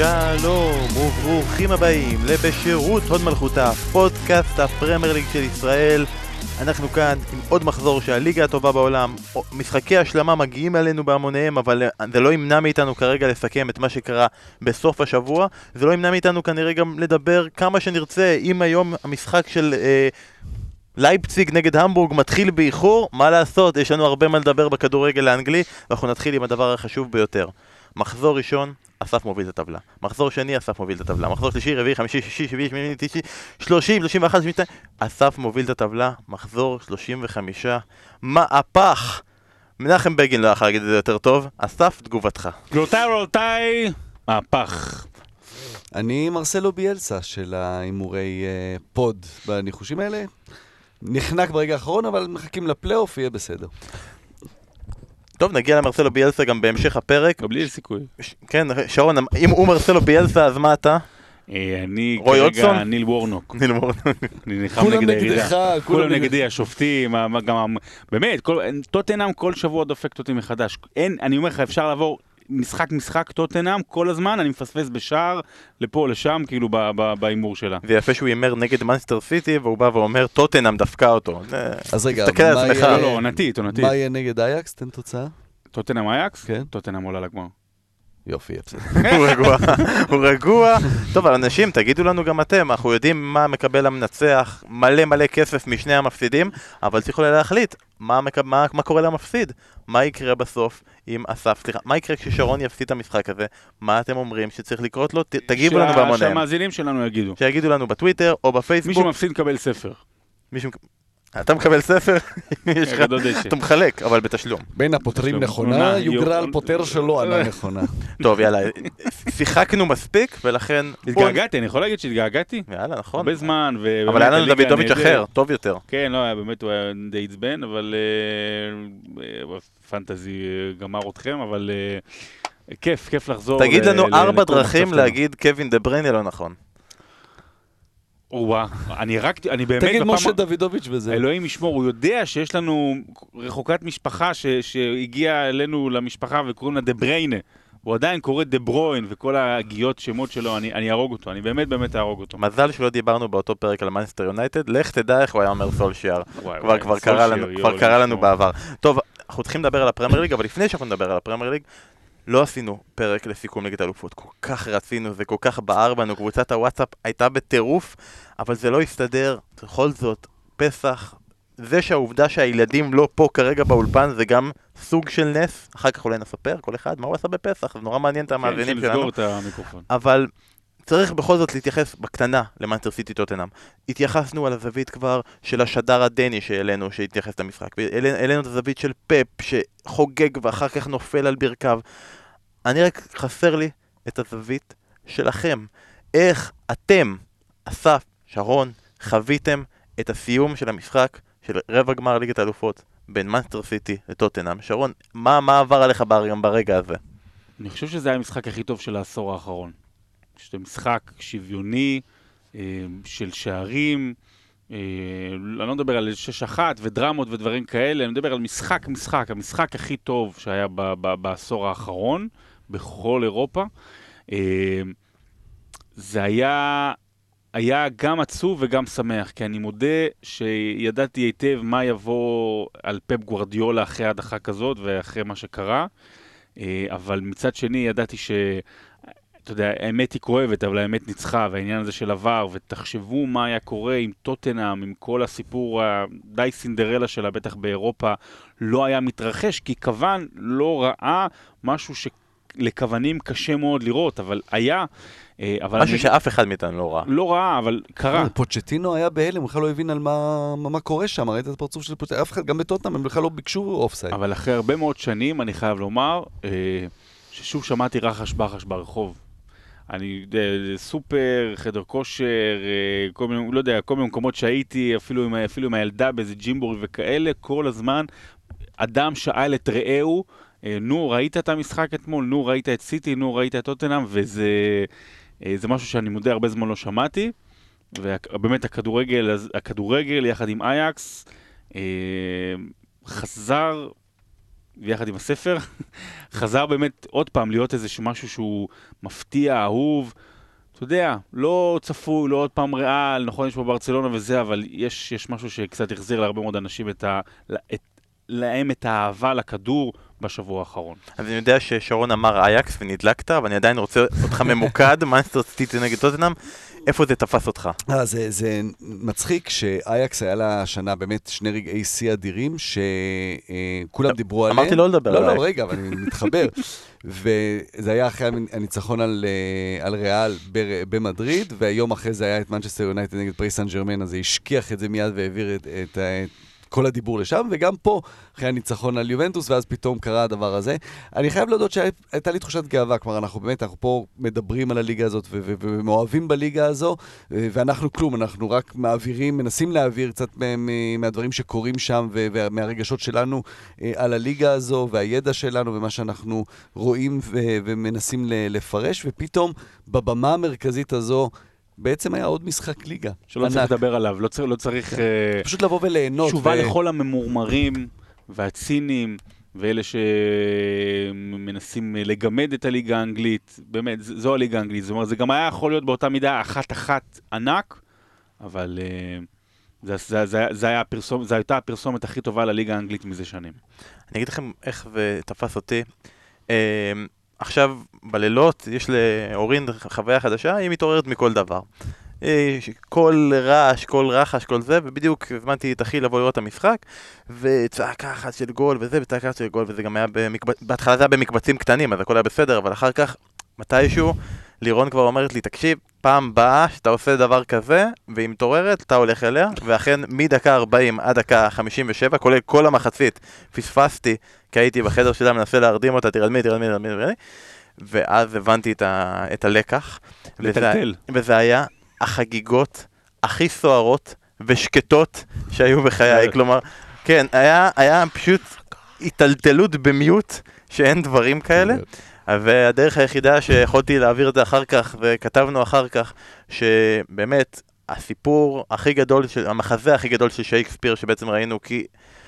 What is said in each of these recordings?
שלום וברוכים הבאים לבשירות הוד מלכותה, פודקאסט הפרמייר ליג של ישראל. אנחנו כאן עם עוד מחזור שהליגה הטובה בעולם, משחקי השלמה מגיעים עלינו בהמוניהם, אבל זה לא ימנע מאיתנו כרגע לסכם את מה שקרה בסוף השבוע. זה לא ימנע מאיתנו כנראה גם לדבר כמה שנרצה. אם היום המשחק של לייפציג נגד המבורג מתחיל באיחור, מה לעשות? יש לנו הרבה מה לדבר בכדורגל האנגלי, ואנחנו נתחיל עם הדבר החשוב ביותר. מחזור ראשון, אסף מוביל את הטבלה. מחזור שני, אסף מוביל את הטבלה. מחזור שלישי, רביעי, חמישי, שישי, שביעי, שמיני, תשיעי, 30, 31, 32. אסף מוביל את הטבלה. מחזור 35. מהפך! מנחם בגין לא יכול להגיד את זה יותר טוב. אסף, תגובתך. גלותיי, מהפך. אני מרסלו ביאלסה של האימורי פוד בניחושים האלה. נחנק ברגע האחרון, אבל מחכים לפלייאוף, יהיה בסדר. טוב, נגיע למרסלו ביאלסה גם בהמשך הפרק. בלי סיכוי. כן, שרון, אם הוא מרסלו ביאלסה, אז מה אתה? אני רוי כרגע אודסון? ניל וורנוק. ניל וורנוק. אני נלחם נגד הירידה. כולם נגדך. נגדי, השופטים, גם באמת, טוטנהאם כל שבוע דופקת אותי מחדש. אני אומר לך, אפשר לעבור משחק טוטנהאם כל הזמן, אני מפספס בשער לפה לשם, כאילו באימור שלה. זה יפה שהוא יימר נגד מנסטר סיטי, והוא בא ואומר, טוטנהאם דפקה אותו. אז רגע, תסתכל על עצמך. לא, עונתית. מה יהיה נגד אייקס? תן תוצאה. טוטנהאם אייקס? כן. טוטנהאם עולה לגמר. יופי, בסדר. הוא רגוע. טוב, אבל אנשים, תגידו לנו גם אתם, אנחנו יודעים מה מקבל המנצח, מלא כסף משני המפסידים, אבל צריכו להחליט מה קורה למפסיד, מה יקרה בסוף עם אסף, סליחה, מה יקרה כששרון יפסיד את המשחק הזה, מה אתם אומרים שצריך לקרות לו, תגיבו לנו בהמוניהם. שהמאזינים שלנו יגידו. שיגידו לנו בטוויטר או בפייסבוק. מישהו מפסיד מקבל ספר. אתה מקבל ספר, אתה מחלק, אבל בתשלום. בין הפותרים נכונה, יוגרל פותר שלא ענה נכונה. טוב, יאללה, שיחקנו מספיק, ולכן... התגעגעתי, אני יכול להגיד שהתגעגעתי? יאללה, נכון. הרבה זמן, אבל היה לנו דוידוביץ' אחר, טוב יותר. כן, לא, באמת הוא היה די עצבן, אבל פנטזי גמר אתכם, אבל כיף לחזור. תגיד לנו 4 דרכים להגיד קווין דה בריינה לא נכון. אני באמת... תגיד משה דוידוביץ' וזה. אלוהים ישמור, הוא יודע שיש לנו רחוקת משפחה שהגיעה אלינו למשפחה וקוראים לה דה בריינה. הוא עדיין קורא דה ברוין וכל ההגיעות שמות שלו, אני ארוג אותו, אני באמת ארוג אותו. מזל שלא דיברנו באותו פרק על מנסטר יונייטד, לך תדע איך הוא היה אומר סולשייר. כבר קרה לנו בעבר. טוב, אנחנו צריכים לדבר על הפרמייר ליג, אבל לפני שאנחנו נדבר על הפרמייר ליג, לא עשינו פרק לסיכום ליגת האלופות, כל כך רצינו, זה כל כך בער בנו, קבוצת הוואטסאפ הייתה בטירוף, אבל זה לא הסתדר, בכל זאת, פסח, זה שהעובדה שהילדים לא פה כרגע באולפן, זה גם סוג של נס, אחר כך אולי נספר, כל אחד, מה הוא עשה בפסח, זה נורא מעניין את המאזינים שלנו, אבל צריך בכל זאת להתייחס בקטנה למנצ'סטר סיטי טוטנהאם. התייחסנו על הזווית כבר של השדר הדני שהעלינו, שהתייחס למשחק, העלינו את הזווית של פפ שחוגג ואחר כך נופל על ברכיו. אני רק חסר לי את הזווית שלכם. איך אתם, אסף, שרון, חוויתם את הסיום של המשחק של רבע גמר ליגת האלופות בין מנצ'סטר סיטי לטוטנהאם? שרון, מה עבר עליך ברגע הזה? אני חושב שזה היה המשחק הכי טוב של העשור האחרון. שזה משחק שוויוני, של שערים, אני לא מדבר על 6-1 ודרמות ודברים כאלה, אני מדבר על המשחק הכי טוב שהיה בעשור האחרון, בכל אירופה. זה היה גם עצוב וגם שמח, כי אני מודה שידעתי היטב מה יבוא על פפ גוארדיולה אחרי הדחה כזאת ואחרי מה שקרה, אבל מצד שני ידעתי אתה יודע, האמת היא כואבת, אבל האמת ניצחה, והעניין הזה של עבר, ותחשבו מה היה קורה עם טוטנהאם, עם כל הסיפור די סינדרלה שלה, בטח באירופה, לא היה מתרחש, כי כוון לא ראה משהו שלכוונים קשה מאוד לראות, אבל היה... משהו שאף אחד מאיתנו לא ראה. לא ראה, אבל קרה. פוצ'טינו היה בהלם, הוא בכלל לא הבין על מה קורה שם, ראית את הפרצוף של פוצ'טינו, אף אחד, גם בטוטנהאם, הם בכלל לא ביקשו אופסייד. אבל אחרי הרבה מאוד שנים, אני חייב לומר, ששוב שמעתי רחש בחש ברחוב. אני סופר, חדר כושר, כל מיני מקומות שהייתי, אפילו עם הילדה באיזה ג'ימבורי וכאלה, כל הזמן אדם שאל את רעהו, נו, ראית את המשחק אתמול? נו, ראית את סיטי? נו, ראית את טוטנהאם? וזה משהו שאני מודה הרבה זמן לא שמעתי, ובאמת הכדורגל יחד עם אייקס חזר ויחד עם הספר, חזר באמת עוד פעם להיות איזשהו משהו שהוא מפתיע, אהוב, אתה יודע, לא צפוי, לא עוד פעם ריאל, נכון, יש פה ברצלונה וזה, אבל יש משהו שקצת החזיר להרבה מאוד אנשים להם את האהבה לכדור בשבוע האחרון. אז אני יודע ששרון אמר אייקס ונדלקת, אבל אני עדיין רוצה אותך ממוקד, מנסטר סיטי נגד טוטנהאם, איפה זה תפס אותך? זה מצחיק שאייקס היה לה שנה באמת שני רגעי שיא אדירים, שכולם דיברו עליהם. אמרתי לא לדבר עליהם. לא, רגע, אבל אני מתחבר. וזה היה אחרי הניצחון על ריאל במדריד, והיום אחרי זה היה את מנצ'סטר יונייטד נגד פריס סן ז'רמן, אז זה השכיח את זה מיד והעביר את כל הדיבור לשם, וגם פה, אחרי הניצחון על יובנטוס, ואז פתאום קרה הדבר הזה. אני חייב להודות שהייתה לי תחושת גאווה, כלומר, אנחנו פה מדברים על הליגה הזאת, ומאוהבים בליגה הזו, ואנחנו כלום, אנחנו רק מנסים להעביר קצת מהדברים שקורים שם, ומהרגשות שלנו על הליגה הזו, והידע שלנו, ומה שאנחנו רואים ומנסים לפרש, ופתאום, בבמה המרכזית הזו, בעצם היה עוד משחק ליגה. שלא צריך לדבר עליו, לא צריך... פשוט לבוא וליהנות. תשובה לכל הממורמרים והצינים, ואלה שמנסים לגמד את הליגה האנגלית. באמת, זו הליגה האנגלית. זאת אומרת, זה גם היה יכול להיות באותה מידה אחת ענק, אבל זו הייתה הפרסומת הכי טובה לליגה האנגלית מזה שנים. אני אגיד לכם איך זה תפס אותי. עכשיו, בלילות, יש לאורין חוויה חדשה, היא מתעוררת מכל דבר. כל רעש, כל רחש, כל זה, ובדיוק הזמנתי את אחי לבוא לראות את המשחק, וצעקה אחת של גול וזה, וצעקה של גול, וזה גם היה בהתחלה זה היה במקבצים קטנים, אז הכל היה בסדר, אבל אחר כך, מתישהו, לירון כבר אומרת לי, תקשיב, פעם באה שאתה עושה דבר כזה, והיא מתעוררת, אתה הולך אליה, ואכן מדקה 40 עד דקה 57, כולל כל המחצית, פספסתי, כי הייתי בחדר שלה, מנסה להרדים אותה, תרדמי, ואז הבנתי את הלקח. וזה היה החגיגות הכי סוערות ושקטות שהיו בחיי, כלומר, כן, היה פשוט התלתלות במיוט, שאין דברים כאלה, והדרך היחידה שיכולתי להעביר את זה אחר כך, וכתבנו אחר כך, שבאמת, הסיפור הכי גדול, המחזה הכי גדול של שייקספיר שבעצם ראינו, כי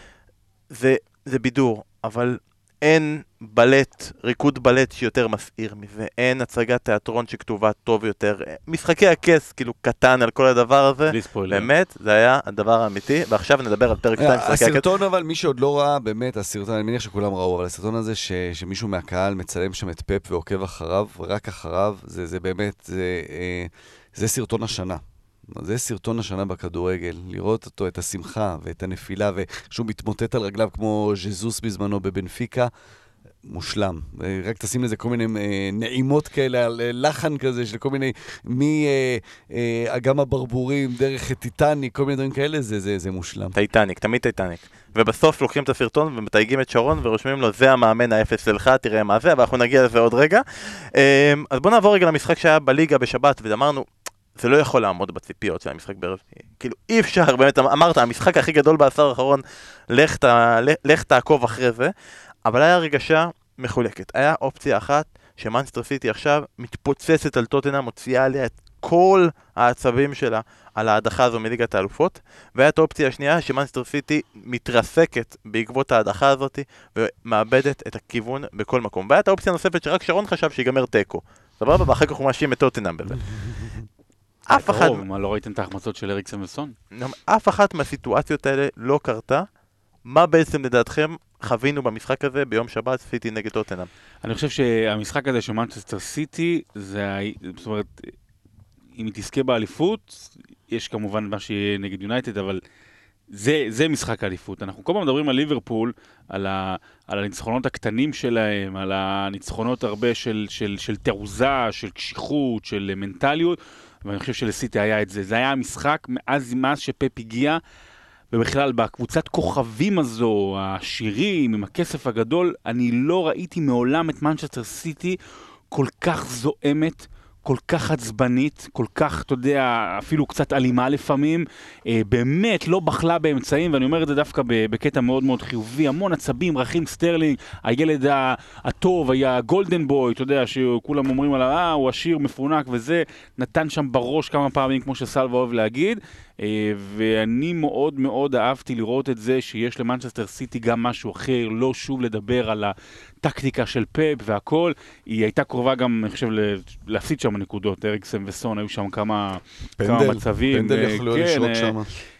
זה בידור, אבל אין בלט, ריקוד בלט שיותר מסעיר מזה, אין הצגת תיאטרון שכתובה טוב יותר, משחקי הכס כאילו קטן על כל הדבר הזה, באמת, זה היה הדבר האמיתי, ועכשיו נדבר על פרק 2 משחקי הכס. הסרטון אבל, מי שעוד לא ראה, באמת, הסרטון, אני מניח שכולם ראו, אבל הסרטון הזה שמישהו מהקהל מצלם שם את פפ ועוקב אחריו, רק אחריו, זה באמת, זה סרטון השנה. זה סרטון השנה בכדורגל, לראות אותו, את השמחה ואת הנפילה, ושהוא מתמוטט על רגליו כמו ז'זוס בזמנו בבנפיקה, מושלם. רק תשים לזה כל מיני נעימות כאלה, לחן כזה של כל מיני, מאגם הברבורים, דרך טיטניק, כל מיני דברים כאלה, זה מושלם. טיטניק, תמיד טיטניק. ובסוף לוקחים את הסרטון ומתייגים את שרון ורושמים לו, זה המאמן האפס שלך, תראה מה זה, ואנחנו נגיע לזה עוד רגע. אז בוא נעבור רגע למשחק שהיה בליגה בשבת, ואמרנו, זה לא יכול לעמוד בציפיות של המשחק בערב. כאילו, אי אפשר, באמת, אמרת, המשחק הכי גדול בעשור האחרון, לך תעקוב אחרי זה, אבל היה רגשה מחולקת. היה אופציה אחת, שמנסטר סיטי עכשיו מתפוצצת על טוטנהאם, מוציאה עליה את כל העצבים שלה על ההדחה הזו מליגת האלופות, והייתה האופציה השנייה, שמנסטר סיטי מתרסקת בעקבות ההדחה הזאת, ומאבדת את הכיוון בכל מקום. והייתה האופציה נוספת שרק שרון חשב שיגמר טקו. סבבה, ואחר כך הוא מאשים את טוטנהאם בזה. אף אחד... מה, לא ראיתם את ההחמצות של אריקסן וסון? אף אחת מהסיטואציות האלה לא קרתה. מה בעצם לדעתכם חווינו במשחק הזה ביום שבת סיטי נגד טוטנהאם? אני חושב שהמשחק הזה של מנצ'סטר סיטי, זאת אומרת, אם היא תזכה באליפות, יש כמובן מה שיהיה נגד יונייטד, אבל זה משחק האליפות. אנחנו כל פעם מדברים על ליברפול, על הניצחונות הקטנים שלהם, על הניצחונות הרבה של תעוזה, של קשיחות, של מנטליות, ואני חושב שלסיטי היה את זה. זה היה המשחק מאז שפפ הגיע, ובכלל בקבוצת כוכבים הזו, השירים, עם הכסף הגדול, אני לא ראיתי מעולם את מנצ'סטר סיטי כל כך זועמת, כל כך עצבנית, כל כך, אתה יודע, אפילו קצת אלימה לפעמים, באמת לא בחלה באמצעים, ואני אומר את זה דווקא בקטע מאוד מאוד חיובי, המון עצבים, רכים סטרלינג, הילד הטוב, היה גולדן בוי, אתה יודע, שכולם אומרים עליו, הוא עשיר, מפונק וזה, נתן שם בראש כמה פעמים, כמו שסלווה אוהב להגיד, ואני מאוד מאוד אהבתי לראות את זה שיש למנצ'סטר סיטי גם משהו אחר, לא שוב לדבר על הטקטיקה של פאפ והכל. היא הייתה קרובה גם, אני חושב, להפסיד שם נקודות. אריקסן וסון היו שם כמה מצבים. פנדל יכלו לשרוק שם.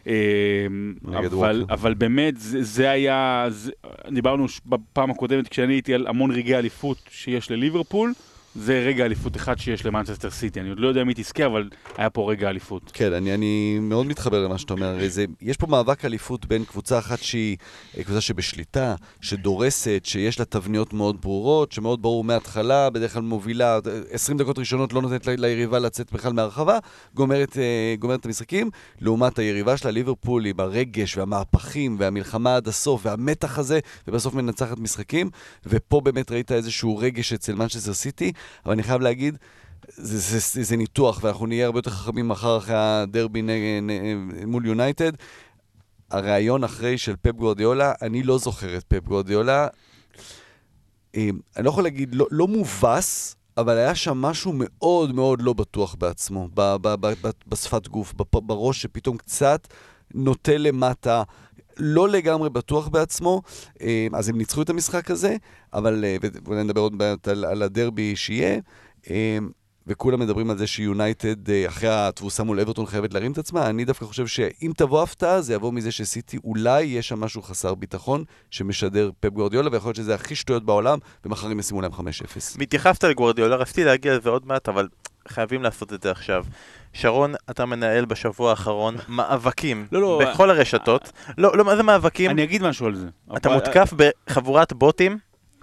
אבל באמת זה היה, דיברנו בפעם הקודמת כשאני הייתי על המון רגעי אליפות שיש לליברפול, זה רגע אליפות אחד שיש למנצ'סטר סיטי. אני עוד לא יודע מי תזכר, אבל היה פה רגע אליפות. כן, אני מאוד מתחבר למה שאתה אומר. יש פה מאבק אליפות בין קבוצה אחת שהיא קבוצה שבשליטה, שדורסת, שיש לה תבניות מאוד ברורות, שמאוד ברור מההתחלה, בדרך כלל מובילה, 20 דקות ראשונות לא נותנת ליריבה לצאת בכלל מהרחבה, גומרת את המשחקים, לעומת היריבה שלה, ליברפול, עם הרגש והמהפכים והמלחמה עד הסוף והמתח הזה, ובסוף מנצחת משחקים, ופה באמת ראית איזשהו רגש אצל מנצ'סטר סיטי, אבל אני חייב להגיד, זה ניתוח, ואנחנו נהיה הרבה יותר חכמים מחר אחרי הדרבי מול יונייטד. הרעיון אחרי של פפ גוארדיולה, אני לא זוכר את פפ גוארדיולה, אני לא יכול להגיד, לא מובס, אבל היה שם משהו מאוד מאוד לא בטוח בעצמו, בשפת גוף, בראש שפתאום קצת נוטה למטה, לא לגמרי בטוח בעצמו, אז הם ניצחו את המשחק הזה, אבל, ואולי נדבר עוד מעט על הדרבי שיהיה, וכולם מדברים על זה שיונייטד, אחרי התבוסה מול אברטון, חייבת להרים את עצמה. אני דווקא חושב שאם תבוא הפתעה, זה יבוא מזה שסיטי אולי יש שם משהו חסר ביטחון, שמשדר פפ גוארדיולה, ויכול להיות שזה הכי שטויות בעולם, ומחר הם ישימו להם 5-0. מתייחסת לגוארדיולה, רציתי להגיע לזה עוד מעט, אבל חייבים לעשות את זה עכשיו. שרון, אתה מנהל בשבוע האחרון מאבקים בכל הרשתות. לא, מה זה מאבקים? אני אגיד משהו על זה. אתה מותקף בחבורת בוטים?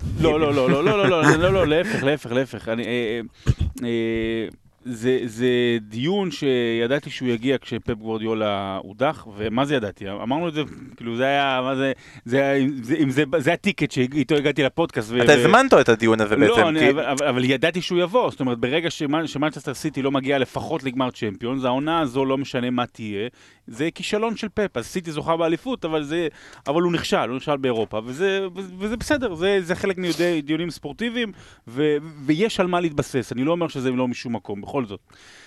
לא, להפך. זה דיון שידעתי שהוא יגיע כשפפ גוארדיולה הודח, ומה זה ידעתי? אמרנו את זה, כאילו זה היה, זה הטיקט שאיתו הגעתי לפודקאסט. אתה הזמנת את הדיון הזה בעצם. לא, אבל ידעתי שהוא יבוא, זאת אומרת, ברגע שמנצ'סטר סיטי לא מגיע לפחות לגמר צ'מפיונס, העונה הזו לא משנה מה תהיה, זה כישלון של פפ, אז סיטי זוכה באליפות, אבל הוא נכשל באירופה, וזה בסדר, זה חלק מדיונים ספורטיביים, ויש על מה להתבסס, אני לא אומר שזה לא משום מקום, בכל זאת.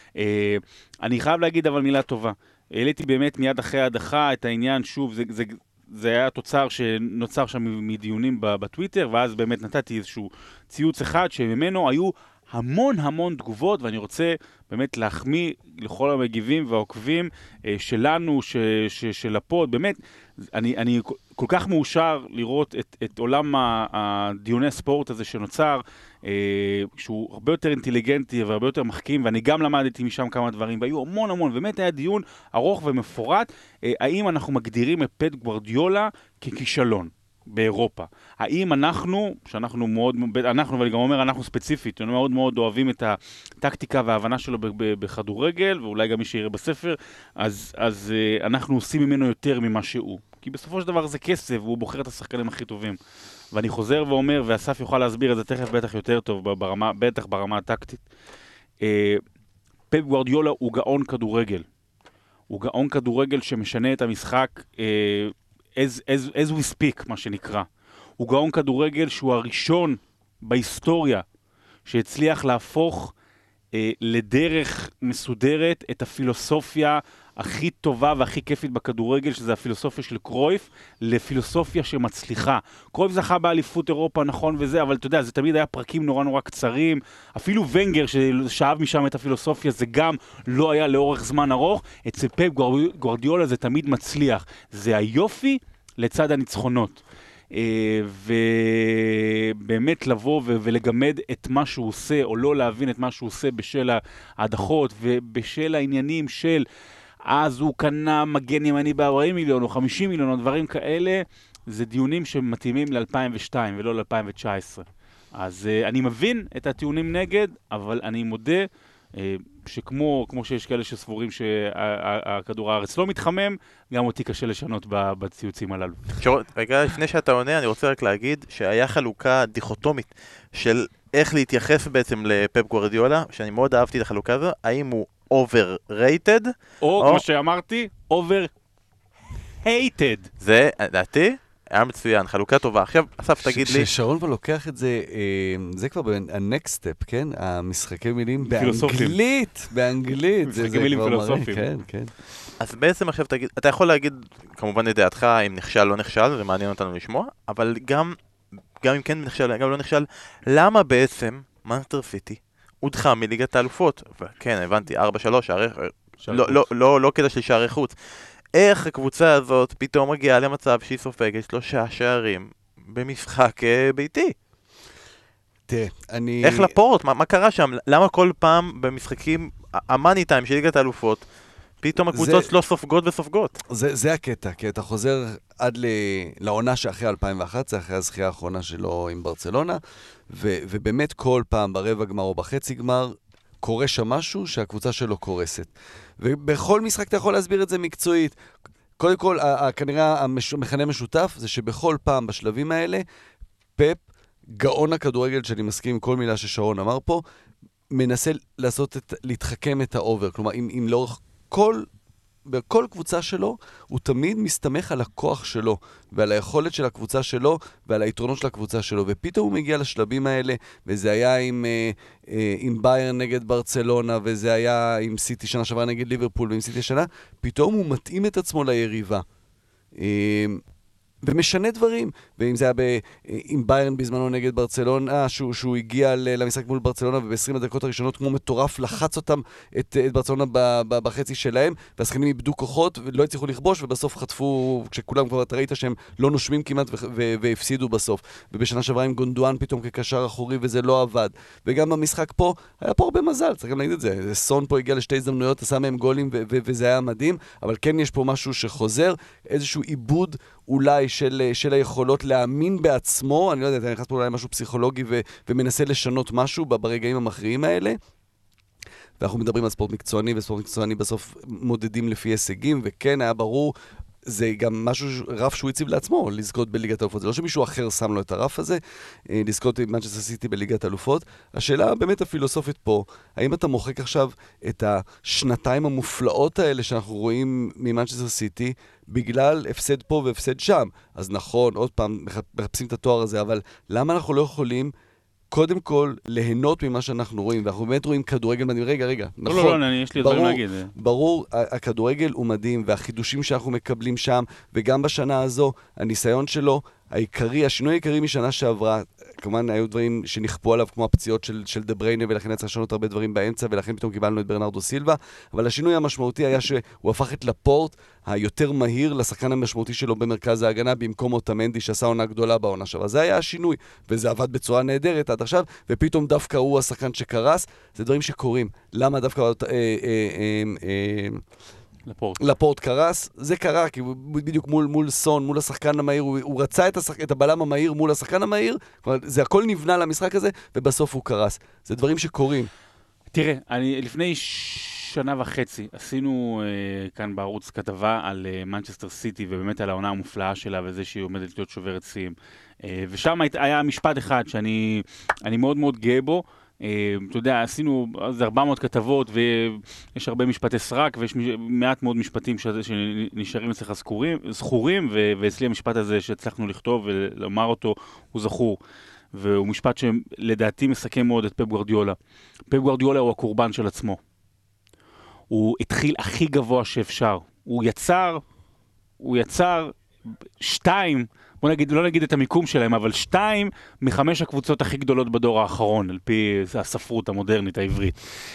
אני חייב להגיד אבל מילה טובה, העליתי באמת מיד אחרי ההדחה את העניין, שוב, זה היה תוצר שנוצר שם מדיונים בטוויטר, ואז באמת נתתי איזשהו ציוץ אחד שממנו היו המון תגובות, ואני רוצה באמת להחמיא לכל המגיבים והעוקבים שלנו, של הפוד, באמת, אני כל כך מאושר לראות את עולם הדיוני הספורט הזה שנוצר, שהוא הרבה יותר אינטליגנטי והרבה יותר מחכים, ואני גם למדתי משם כמה דברים, והיו המון, באמת היה דיון ארוך ומפורט, האם אנחנו מגדירים את פפ גוארדיולה ככישלון באירופה. האם שאנחנו מאוד, ואני גם אומר, אנחנו ספציפית, אנחנו מאוד מאוד אוהבים את הטקטיקה וההבנה שלו בכדורגל, ואולי גם מי שיראה בספר, אז אנחנו עושים ממנו יותר ממה שהוא. כי בסופו של דבר זה כסף, והוא בוחר את השחקנים הכי טובים. ואני חוזר ואומר, ואסף יוכל להסביר את זה תכף בטח יותר טוב, בטח ברמה הטקטית. פפ גוארדיולה הוא גאון כדורגל. הוא גאון כדורגל שמשנה את המשחק as we speak, מה שנקרא. הוא גאון כדורגל שהוא הראשון בהיסטוריה שהצליח להפוך לדרך מסודרת את הפילוסופיה הכי טובה והכי כיפית בכדורגל, שזה הפילוסופיה של קרויף, לפילוסופיה שמצליחה. קרויף זכה באליפות אירופה, נכון וזה, אבל אתה יודע, זה תמיד היה פרקים נורא קצרים. אפילו ונגר ששאב משם את הפילוסופיה, זה גם לא היה לאורך זמן ארוך. אצל פפ גוארדיולה זה תמיד מצליח. זה היופי לצד הניצחונות. ובאמת לבוא ולגמד את מה שהוא עושה, או לא להבין את מה שהוא עושה בשל ההדחות, ובשל העניינים של אז הוא קנה מגן ימני ב-40 מיליון או 50 מיליון או דברים כאלה, זה דיונים שמתאימים ל-2002 ולא ל-2019. אז אני מבין את הטיעונים נגד, אבל אני מודה שכמו שיש כאלה שסבורים שהכדור הארץ לא מתחמם, גם אותי קשה לשנות בציוצים הללו. רגע, לפני שאתה עונה, אני רוצה רק להגיד שהיה חלוקה דיכוטומית של איך להתייחס בעצם לפפ גוארדיולה, שאני מאוד אהבתי את החלוקה הזו, האם הוא overrated, או כמו שאמרתי, overhated. זה, דעתי, היה מצוין, חלוקה טובה. עכשיו, אסף, תגיד לי... ששרון כבר לוקח את זה, זה כבר ה-next step, כן? המשחקי מילים באנגלית, משחקי מילים פילוסופיים. כן, כן. אז בעצם עכשיו תגיד, אתה יכול להגיד, כמובן לדעתך, אם נכשל לא נכשל, זה מעניין אותנו לשמוע, אבל גם אם כן נכשל, גם לא נכשל, למה בעצם מנצ'סטר סיטי הודחה מליגת האלופות? כן, הבנתי, 4-3, לא קטע של שערי חוץ. איך הקבוצה הזאת פתאום מגיעה למצב שהיא סופגת 3 שערים במשחק ביתי? תראה, איך לפורט? מה קרה שם? למה כל פעם במשחקים, המאני טיים של ליגת האלופות, פתאום הקבוצות לא סופגות וסופגות? זה הקטע, כי אתה חוזר עד לעונה שאחרי 2011, אחרי הזכייה האחרונה שלו עם ברצלונה, ובאמת כל פעם ברבע גמר או בחצי גמר, קורה שם משהו שהקבוצה שלו קורסת. ובכל משחק אתה יכול להסביר את זה מקצועית. קודם כל, כנראה המכנה משותף זה שבכל פעם בשלבים האלה, פפ, גאון הכדורגל, שאני מסכים עם כל מילה ששרון אמר פה, מנסה להתחכם את האובר. כלומר, אם לאורך בכל קבוצה שלו, הוא תמיד מסתמך על הכוח שלו, ועל היכולת של הקבוצה שלו, ועל היתרונות של הקבוצה שלו. ופתאום הוא מגיע לשלבים האלה, וזה היה עם ביירן נגד ברצלונה, וזה היה עם סיטי שנה שעברה נגד ליברפול, ועם סיטי השנה, פתאום הוא מתאים את עצמו ליריבה. ומשנה דברים, ואם זה היה עם ביירן בזמנו נגד ברצלונה, שהוא הגיע למשחק מול ברצלונה, וב-20 הדקות הראשונות כמו מטורף, לחץ אותם את ברצלונה בחצי שלהם, והשחקנים איבדו כוחות ולא הצליחו לכבוש, ובסוף חטפו, כשכולם כבר אתה ראית שהם לא נושמים כמעט והפסידו בסוף. ובשנה שעברה עם גונדואן פתאום כקשר אחורי, וזה לא עבד. וגם במשחק פה, היה פה הרבה מזל, צריך גם להגיד את זה. סון פה הגיע לשתי הזדמנויות, עשה מהם גולים, וזה היה מדהים, אבל כן יש פה משהו שחוזר, איזשהו עיבוד אולי של היכולות להאמין בעצמו, אני לא יודע, אתה נכנס פה אולי משהו פסיכולוגי ומנסה לשנות משהו ברגעים המכריעים האלה, ואנחנו מדברים על ספורט מקצועני, וספורט מקצועני בסוף מודדים לפי הישגים, וכן, היה ברור, זה גם משהו, רף שהוא הציב לעצמו, לזכות בליגת האלופות. זה לא שמישהו אחר שם לו את הרף הזה, לזכות עם מנצ'סטר סיטי בליגת האלופות. השאלה באמת הפילוסופית פה, האם אתה מוחק עכשיו את השנתיים המופלאות האלה שאנחנו רואים ממנצ'סטר סיטי, בגלל הפסד פה והפסד שם? אז נכון, עוד פעם, מחפשים את התואר הזה, אבל למה אנחנו לא יכולים קודם כל ליהנות ממה שאנחנו רואים, ואנחנו באמת רואים כדורגל מדהים. רגע, נכון. לא, יש לי דברים להגיד. ברור, הכדורגל הוא מדהים, והחידושים שאנחנו מקבלים שם, וגם בשנה הזו, הניסיון שלו, השינוי העיקרי משנה שעברה, כמובן היו דברים שנכפו עליו, כמו הפציעות של דה בריינה, ולכן צריך לשנות הרבה דברים באמצע, ולכן פתאום קיבלנו את ברנרדו סילבה, אבל השינוי המשמעותי היה שהוא הפך את לפורט היותר מהיר לשחקן המשמעותי שלו במרכז ההגנה, במקום אוטמנדי שעשה עונה גדולה בעונה שעברה. זה היה השינוי, וזה עבד בצורה נהדרת עד עכשיו, ופתאום דווקא הוא השחקן שקרס. זה דברים שקורים. למה דווקא לפורט קרס? זה קרה, כי בדיוק מול סון, מול השחקן המהיר, הוא רצה את הבלם המהיר מול השחקן המהיר, זה הכל נבנה למשחק הזה, ובסוף הוא קרס. זה דברים שקורים. תראה, לפני שנה וחצי עשינו כאן בערוץ כתבה על מנצ'סטר סיטי, ובאמת על העונה המופלאה שלה, וזה שהיא עומדת להיות שוברת שיאים. ושם היה משפט אחד שאני מאוד מאוד גאה בו. אתה יודע, עשינו 400 כתבות, ויש הרבה משפטי סרק, ויש מעט מאוד משפטים שנשארים אצלך זכורים, ואצלי המשפט הזה שהצלחנו לכתוב ולומר אותו, הוא זכור. והוא משפט שלדעתי מסכם מאוד את פפ גוארדיולה. פפ גוארדיולה הוא הקורבן של עצמו. הוא התחיל הכי גבוה שאפשר. הוא יצר 2, לא נגיד את המיקום שלהם, אבל 2 מ5 הקבוצות הכי גדולות בדור האחרון, על פי הספרות המודרנית העברית.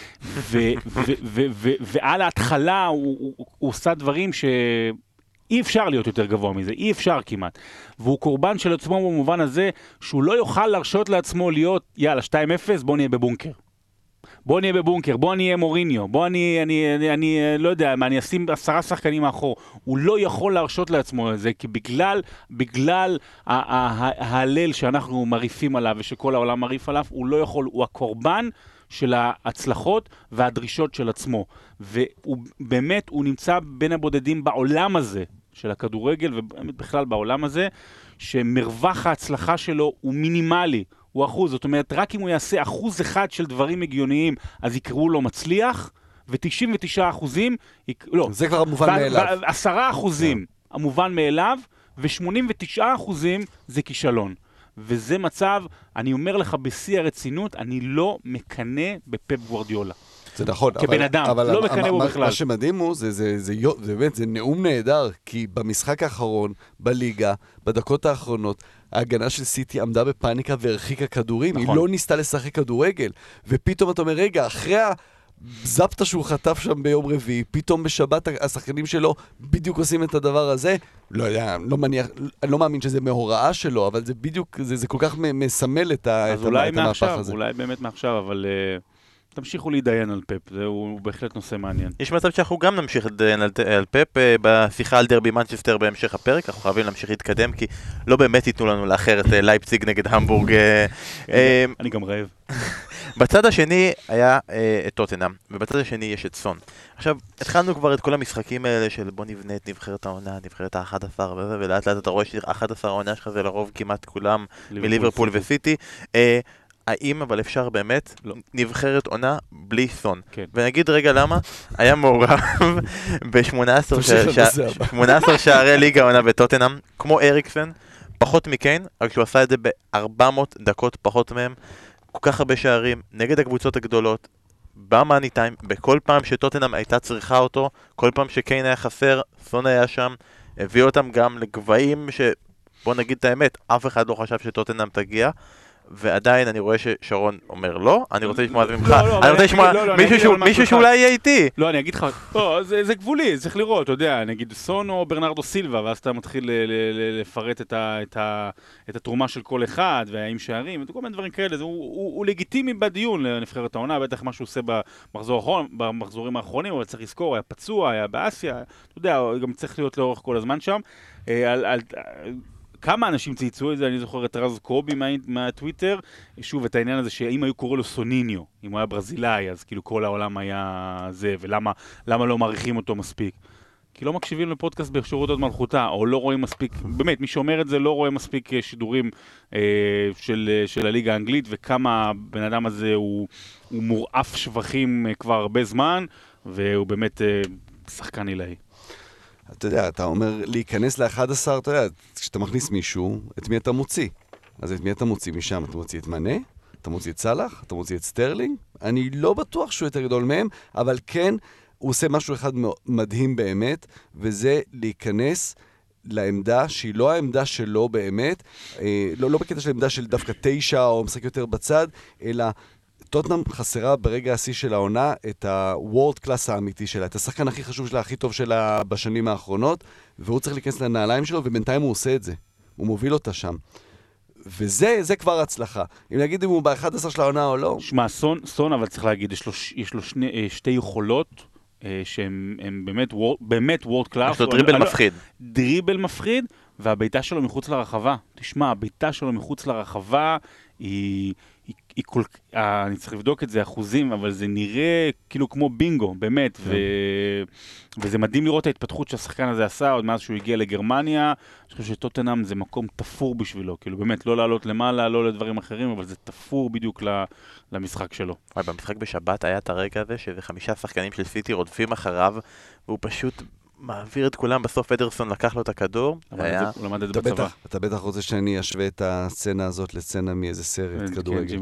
ועל ההתחלה הוא עושה דברים אי אפשר להיות יותר גבוה מזה, אי אפשר כמעט. והוא קורבן של עצמו במובן הזה שהוא לא יוכל להרשות לעצמו להיות, יאללה, 2-0, בוא נהיה בבונקר. בוא נהיה מוריניו, אני לא יודע, אני אשים 10 שחקנים מאחור. הוא לא יכול להרשות לעצמו את זה, כי בגלל ההלל שאנחנו מריפים עליו ושכל העולם מריף עליו, הוא לא יכול, הוא הקורבן של ההצלחות והדרישות של עצמו. ובאמת הוא נמצא בין הבודדים בעולם הזה של הכדורגל, ובכלל בעולם הזה, שמרווח ההצלחה שלו הוא מינימלי, הוא אחוז. זאת אומרת, רק אם הוא יעשה 1% של דברים הגיוניים, אז יקראו לו מצליח, ו99%, לא. זה כבר המובן מאליו. 10% המובן מאליו, ו-89% זה כישלון. וזה מצב, אני אומר לך בשיא הרצינות, אני לא מקנה בפפ גוורדיולה. זה נכון, כבן אדם, לא מקנה בו בכלל. מה שמדהים הוא, זה באמת, זה נאום נהדר, כי במשחק האחרון, בליגה, בדקות האחרונות, ההגנה של סיטי עמדה בפאניקה והרחיקה כדורים, היא לא ניסתה לשחק כדורגל, ופתאום אתה אומר, רגע, אחרי הזפטה שהוא חטף שם ביום רביעי, פתאום בשבת השחקנים שלו בדיוק עושים את הדבר הזה, לא יודע, אני לא מאמין שזה מהוראה שלו, אבל זה בדיוק, זה כל כך מסמל את המהפך הזה. אולי באמת מעכשיו, אבל תמשיכו להידיין על פפ, זהו בהחלט נושא מעניין. יש מצב שאנחנו גם נמשיך להידיין על פפ בשיחה על דרבי מנצ'סטר בהמשך הפרק, אנחנו חייבים להמשיך להתקדם, כי לא באמת ייתנו לנו לאחר את לייפציג נגד המבורג. אני גם רעב. בצד השני היה את טוטנהאם, ובצד השני יש את סון. עכשיו, התחלנו כבר את כל המשחקים האלה של בוא נבנה את נבחרת העונה, נבחרת ה-11 וזה, ולאט לאט אתה רואה ש-11 העונה שלך זה לרוב כמעט כולם מליברפול וסיטי. האם אבל אפשר באמת נבחרת עונה בלי סון? ונגיד רגע למה, היה מעורב ב-18 שערי ליגה עונה בטוטנהאם, כמו אריקסן, פחות מקיין, רק שהוא עשה את זה ב-400 דקות פחות מהם, כל כך הרבה שערים, נגד הקבוצות הגדולות, במאני טיים, בכל פעם שטוטנהאם הייתה צריכה אותו, כל פעם שקיין היה חסר, סון היה שם, הביא אותם גם לגבהים שבוא נגיד את האמת, אף אחד לא חשב שטוטנהאם תגיע, ועדיין אני רואה ששרון אומר לא, אני רוצה לשמוע את זה ממך, אני רוצה לשמוע מישהו שאולי יהיה איתי. לא, אני אגיד לך, זה גבולי, צריך לראות, אתה יודע, נגיד סון או ברנרדו סילבה, ואז אתה מתחיל לפרט את התרומה של כל אחד, והאם שערים, וכל מיני דברים כאלה, הוא לגיטימי בדיון לנבחרת העונה, בטח מה שהוא עושה במחזורים האחרונים, אבל צריך לזכור, היה פצוע, היה באסיה, אתה יודע, גם צריך להיות לאורך כל הזמן שם, כמה אנשים צייצו את זה, אני זוכר את רז קובי מהטוויטר, שוב, את העניין הזה שאם היו קורא לו סוניניו, אם הוא היה ברזילאי, אז כאילו כל העולם היה זה, ולמה לא מעריכים אותו מספיק? כי לא מקשיבים לפודקאסט בשירות עוד מלכותה, או לא רואים מספיק, באמת, מי שאומר את זה לא רואה מספיק שידורים של הליגה האנגלית, וכמה הבן אדם הזה הוא מורעף שבחים כבר הרבה זמן, והוא באמת שחקן עילאי. אתה יודע, אתה אומר להיכנס ל-11, אתה יודע, כשאתה מכניס מישהו, את מי אתה מוציא? אז את מי אתה מוציא משם? אתה מוציא את מנה? אתה מוציא את סלאח? אתה מוציא את סטרלינג? אני לא בטוח שהוא יותר גדול מהם, אבל כן, הוא עושה משהו אחד מדהים באמת, וזה להיכנס לעמדה שהיא לא העמדה שלו באמת, לא בקטע של העמדה של דווקא 9 או משחק יותר בצד, אלא טוטנהאם חסרה ברגע השיא של העונה את הוורד קלאס האמיתי שלה, את השחקן הכי חשוב שלה, הכי טוב שלה בשנים האחרונות, והוא צריך להיכנס לנעליים שלו, ובינתיים הוא עושה את זה. הוא מוביל אותה שם. וזה כבר הצלחה. אם נגיד אם הוא ב-11 של העונה או לא. שמע, סון, אבל צריך להגיד, יש לו שתי יכולות, שהם באמת וורד קלאס. יש לו דריבל מפחיד. דריבל מפחיד, והביתה שלו מחוץ לרחבה. תשמע, הביתה שלו מחוץ לרחבה אני צריך לבדוק את זה אחוזים, אבל זה נראה כאילו כמו בינגו, באמת, וזה מדהים לראות את ההתפתחות שהשחקן הזה עשה, עוד מאז שהוא הגיע לגרמניה, אני חושב שטוטנהאם זה מקום תפור בשבילו, כאילו באמת לא לעלות למעלה, לא לדברים אחרים, אבל זה תפור בדיוק למשחק שלו. במשחק בשבת היה את הרגע הזה, שזה 5 שחקנים של סיטי רודפים אחריו, והוא פשוט מעביר את כולם, בסוף אדרסון לקח לו את הכדור. הוא למד את זה בצבא. אתה בטח רוצה שאני אשווה את הסצנה הזאת לסצנה מאיזה סרט כדורגל.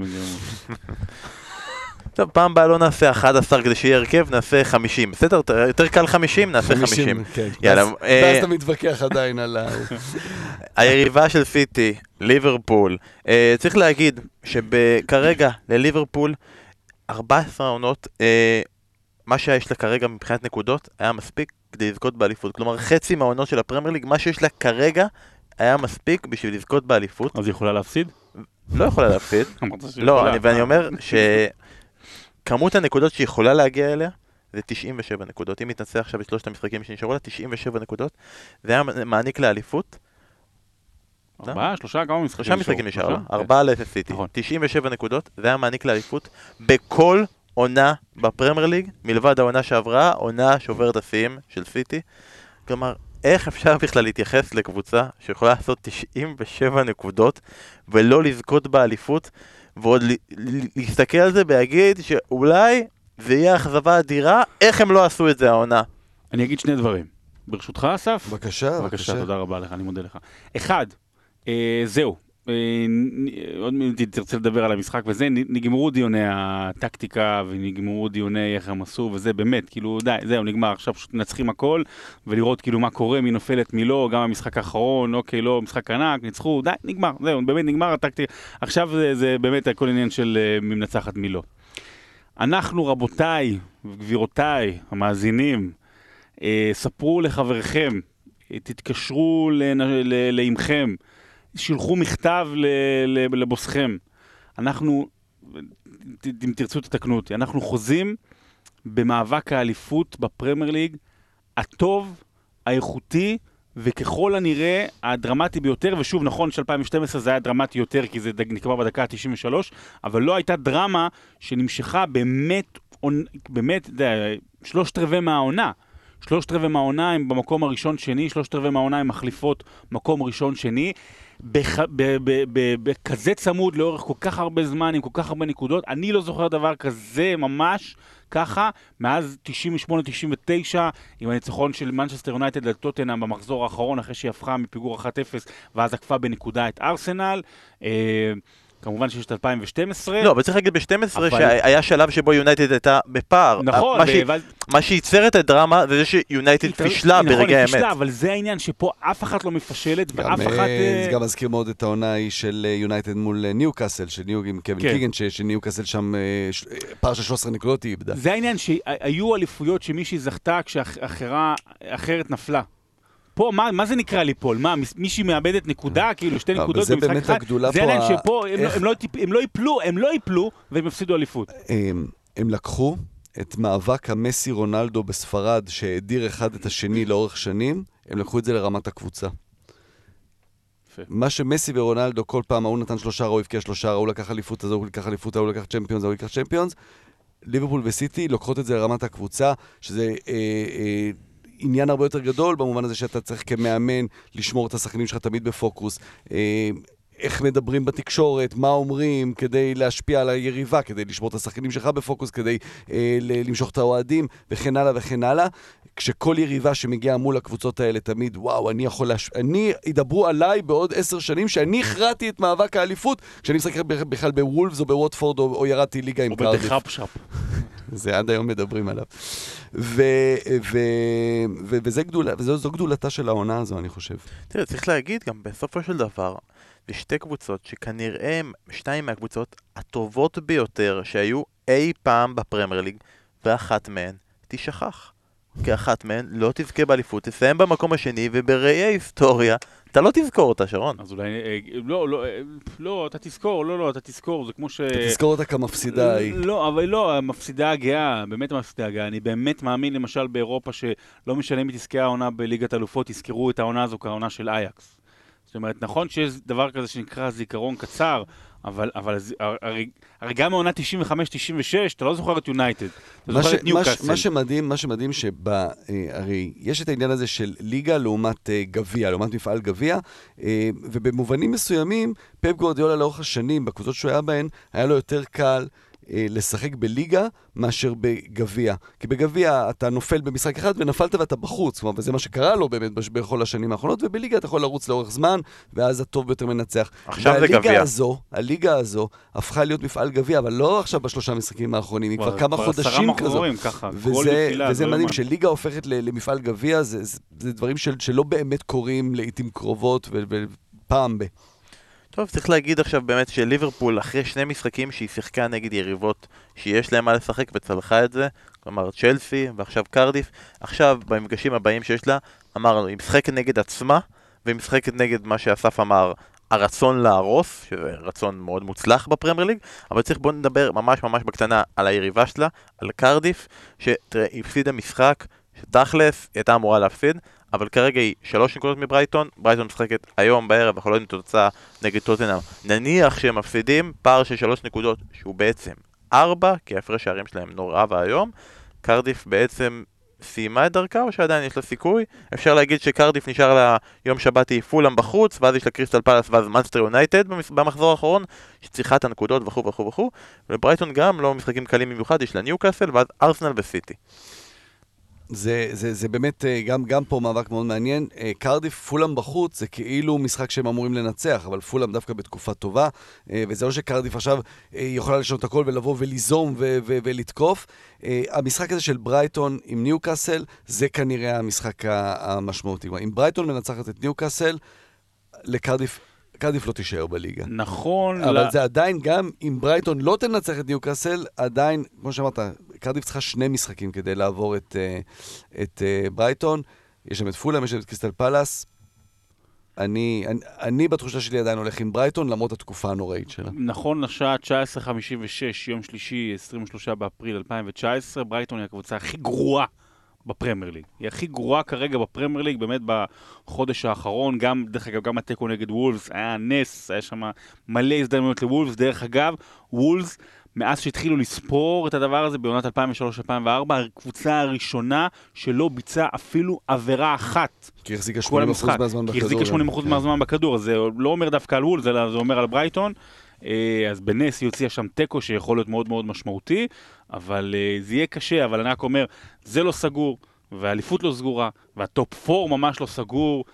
טוב, פעם באה לא נעשה 11 כדי שיהיה הרכב, נעשה 50. בסדר, יותר קל 50, נעשה 50. יאללה. ואז אתה מתווכח עדיין על היריבה של סיטי, ליברפול. צריך להגיד שכרגע לליברפול 14 עונות, מה שיש לה כרגע מבחינת נקודות היה מספיק כדי לזכות באליפות. כלומר, חצי מהעונות של הפרמייר ליג, מה שיש לה כרגע היה מספיק בשביל לזכות באליפות. אז היא יכולה להפסיד? לא יכולה להפסיד. לא, ואני אומר שכמות הנקודות שהיא יכולה להגיע אליה זה 97 נקודות. אם היא תנצח עכשיו בשלושת המשחקים שנשארו לה, 97 נקודות. זה היה מעניק לאליפות. 4, 3, כמה משחקים נשארו? 3 משחקים נשארו, 4 ל-0 97 נקודות, זה היה מעניק לאליפות בכל עונה בפרמייר ליג, מלבד העונה שעברה, עונה שוברת השיאים של סיטי. כלומר, איך אפשר בכלל להתייחס לקבוצה שיכולה לעשות 97 נקודות ולא לזכות באליפות, ועוד להסתכל על זה ולהגיד שאולי זה יהיה אכזבה אדירה, איך הם לא עשו את זה העונה? אני אגיד שני דברים. ברשותך, אסף? בבקשה. בבקשה, תודה רבה לך, אני מודה לך. אחד, זהו. עוד מעט תרצה לדבר על המשחק וזה, נגמרו דיוני הטקטיקה ונגמרו דיוני איך הם עשו וזה באמת, כאילו די, זהו, נגמר, עכשיו פשוט נצחים הכל ולראות כאילו מה קורה, מי נופלת, מי לא, גם המשחק האחרון, אוקיי, לא, משחק ענק, ניצחו, די, נגמר, זהו, באמת נגמר הטקטיקה, עכשיו זה באמת הכל עניין של מי מנצחת מי לא. אנחנו רבותיי וגבירותיי, המאזינים, ספרו לחבריכם, תתקשרו לאמכם, שילחו מכתב לבוסכם. אנחנו, אם תרצו תתקנו אותי, אנחנו חוזים במאבק האליפות בפרמייר ליג, הטוב, האיכותי, וככל הנראה הדרמטי ביותר, ושוב נכון ש-2012 זה היה דרמטי יותר, כי זה נקבע בדקה ה-93, אבל לא הייתה דרמה שנמשכה באמת 3/4 מהעונה. 3/4 מהעונה הם במקום הראשון שני, 3/4 מהעונה הם מחליפות מקום ראשון שני, בכזה צמוד לאורך כל כך הרבה זמן, עם כל כך הרבה נקודות. אני לא זוכר דבר כזה ממש ככה, מאז 98-99, עם הניצחון של מנצ'סטר יונייטד על טוטנהאם במחזור האחרון, אחרי שהיא הפכה מפיגור 1-0, ואז עקפה בנקודה את ארסנל. כמובן שיש את 2012. לא, אבל צריך להגיד ב-12 שהיה שלב שבו יונייטד הייתה בפער. נכון. מה שייצר את הדרמה זה שיונייטד פישלה ברגע האמת. נכון, היא פישלה, אבל זה העניין שפה אף אחת לא מפשלת ואף אחת... זה גם מזכיר מאוד את העונה ההיא של יונייטד מול ניוקאסל, של ניו עם קווין קיגן, שניוקאסל שם פער של 13 נקודות היא איבדה. זה העניין שהיו אליפויות שמישהי זכתה כשאחרת נפלה. פה, מה זה נקרא ליפול? מה, מישהי מאבדת נקודה, כאילו, 2 נקודות במשחק אחד? זה עניין שפה הם לא ייפלו והם הפסידו אליפות. הם לקחו את מאבק המסי רונלדו בספרד, שהדיר אחד את השני לאורך שנים, הם לקחו את זה לרמת הקבוצה. מה שמסי ורונלדו כל פעם, הוא נתן 3, הוא הבקיע 3, הוא לקח אליפות, הוא לקח אליפות, הוא לקח צ'מפיונס, הוא לקח צ'מפיונס. ליברפול וסיטי לוקחות את זה לרמת הקבוצה, שזה... עניין הרבה יותר גדול, במובן הזה שאתה צריך כמאמן לשמור את השחקנים שלך תמיד בפוקוס, איך מדברים בתקשורת, מה אומרים כדי להשפיע על היריבה, כדי לשמור את השחקנים שלך בפוקוס, כדי למשוך את האוהדים, וכן הלאה וכן הלאה. כשכל יריבה שמגיעה מול הקבוצות האלה תמיד, וואו, אני ידברו עליי בעוד 10 שנים שאני הכרעתי את מאבק האליפות, כשאני משחק בכלל בוולפס או בווטפורד או ירדתי ליגה עם קרדיף. או בדחפשפ. זה עד היום מדברים עליו. וזו גדולתה של העונה הזו, אני חושב. תראה, צריך להגיד גם בסופו של דבר, יש 2 קבוצות שכנראה 2 מהקבוצות הטובות ביותר שהיו אי פעם בפרמייר ליג, ואחת מהן תשכח. כי אחת מהן לא תזכה באליפות, תסיים במקום השני, ובראי ההיסטוריה, אתה לא תזכור אותה, שרון. אז אולי, לא, אתה תזכור, זה כמו ש... אתה תזכור אותה כמפסידה היא. לא, אבל לא, המפסידה הגאה, באמת המפסידה הגאה. אני באמת מאמין, למשל, באירופה, שלא משנה אם תזכה העונה בליגת אלופות, תזכרו את העונה הזו כעונה של אייקס. זאת אומרת, נכון שיש דבר כזה שנקרא זיכרון קצר, אבל הרי גם מעונה 95-96, אתה לא זוכר את יונייטד, אתה זוכר את ניוקאסל. מה שמדהים הרי יש את העניין הזה של ליגה לעומת גביע, לעומת מפעל גביע, ובמובנים מסוימים, פפ גוארדיולה לאורך השנים, בקבוצות שהוא היה בהן, היה לו יותר קל לשחק בליגה מאשר בגביע. כי בגביע אתה נופל במשחק אחד ונפלת ואתה בחוץ, וזה מה שקרה לו באמת בכל השנים האחרונות, ובליגה אתה יכול לרוץ לאורך זמן, ואז הטוב ביותר מנצח. עכשיו זה גביע. הליגה הזו הפכה להיות מפעל גביע, אבל לא עכשיו ב3 משחקים האחרונים, היא כבר כמה חודשים כזו. וזה מדהים, שליגה הופכת למפעל גביע, זה דברים שלא באמת קורים לעתים קרובות ופעם ב. טוב, צריך להגיד עכשיו באמת שליברפול, אחרי 2 משחקים שהיא שיחקה נגד יריבות שיש להם מה לשחק וצלחה את זה, כלומר צ'לסי ועכשיו קרדיף, עכשיו במפגשים הבאים שיש לה, אמרנו, היא משחקת נגד עצמה, והיא משחקת נגד מה שאסף אמר, הרצון להרוס, שזה רצון מאוד מוצלח בפרמייר ליג, אבל צריך בוא נדבר ממש בקטנה על היריבה שלה, על קרדיף, שתראה, היא הפסידה משחק, שתכלס, היא הייתה אמורה להפסיד, אבל כרגע היא 3 נקודות מברייטון, ברייטון משחקת היום בערב, אנחנו לא יודעים תוצאה נגד טוטנהאם. נניח שהם מפסידים פער של 3 נקודות, שהוא בעצם 4, כי ההפרש שערים שלהם נורא והיום, קרדיף בעצם סיימה את דרכה, או שעדיין יש לה סיכוי? אפשר להגיד שקרדיף נשאר לה יום שבת היא פולאם בחוץ, ואז יש לה קריסטל פלאס, ואז מנצ'סטר יונייטד במחזור האחרון, שצריכה את הנקודות וכו'. ולברייטון גם לא משחקים קלים במיוחד, יש לה ניוקאסל, ואז ארסנל וסיטי. זה באמת גם פה מאבק מאוד מעניין. קרדיף, פולאם בחוץ, זה כאילו משחק שהם אמורים לנצח, אבל פולאם דווקא בתקופה טובה, וזה לא שקרדיף עכשיו יכולה לשנות הכל ולבוא וליזום ולתקוף. המשחק הזה של ברייטון עם ניוקאסל, זה כנראה המשחק המשמעותי. אם ברייטון מנצחת את ניוקאסל, לקרדיף לא תישאר בליגה. נכון. אבל זה עדיין, גם אם ברייטון לא תנצח את ניוקאסל, עדיין, כמו שאמרת, קרדיף צריכה 2 משחקים כדי לעבור את ברייטון. יש שם את פולאם, יש שם את קריסטל פלאס. אני בתחושה שלי עדיין הולך עם ברייטון, למרות התקופה הנוראית שלה. נכון, לשעה 19:56, יום שלישי, 23 באפריל 2019, ברייטון היא הקבוצה הכי גרועה בפרמייר ליג. היא הכי גרועה כרגע בפרמייר ליג, באמת בחודש האחרון, גם, דרך אגב, גם הטקו נגד וולפס, היה נס, היה שם מלא הזדמנויות לוולפס, דרך אגב, וולפס, מאז שהתחילו לספור את הדבר הזה, בעונת 2003-2004, הקבוצה הראשונה שלא ביצעה אפילו עבירה אחת. כי החזיקה 80% מהזמן בכדור. כי החזיקה 80% מהזמן בכדור, אז זה לא אומר דווקא על וולפס, אלא זה אומר על ברייטון. אז בנס היא הוציאה שם טקו שיכול להיות מאוד מאוד משמעותי, אבל זה יהיה קשה, אבל אני רק אומר, זה לא סגור, והאליפות לא סגורה, והטופ 4 ממש לא סגור.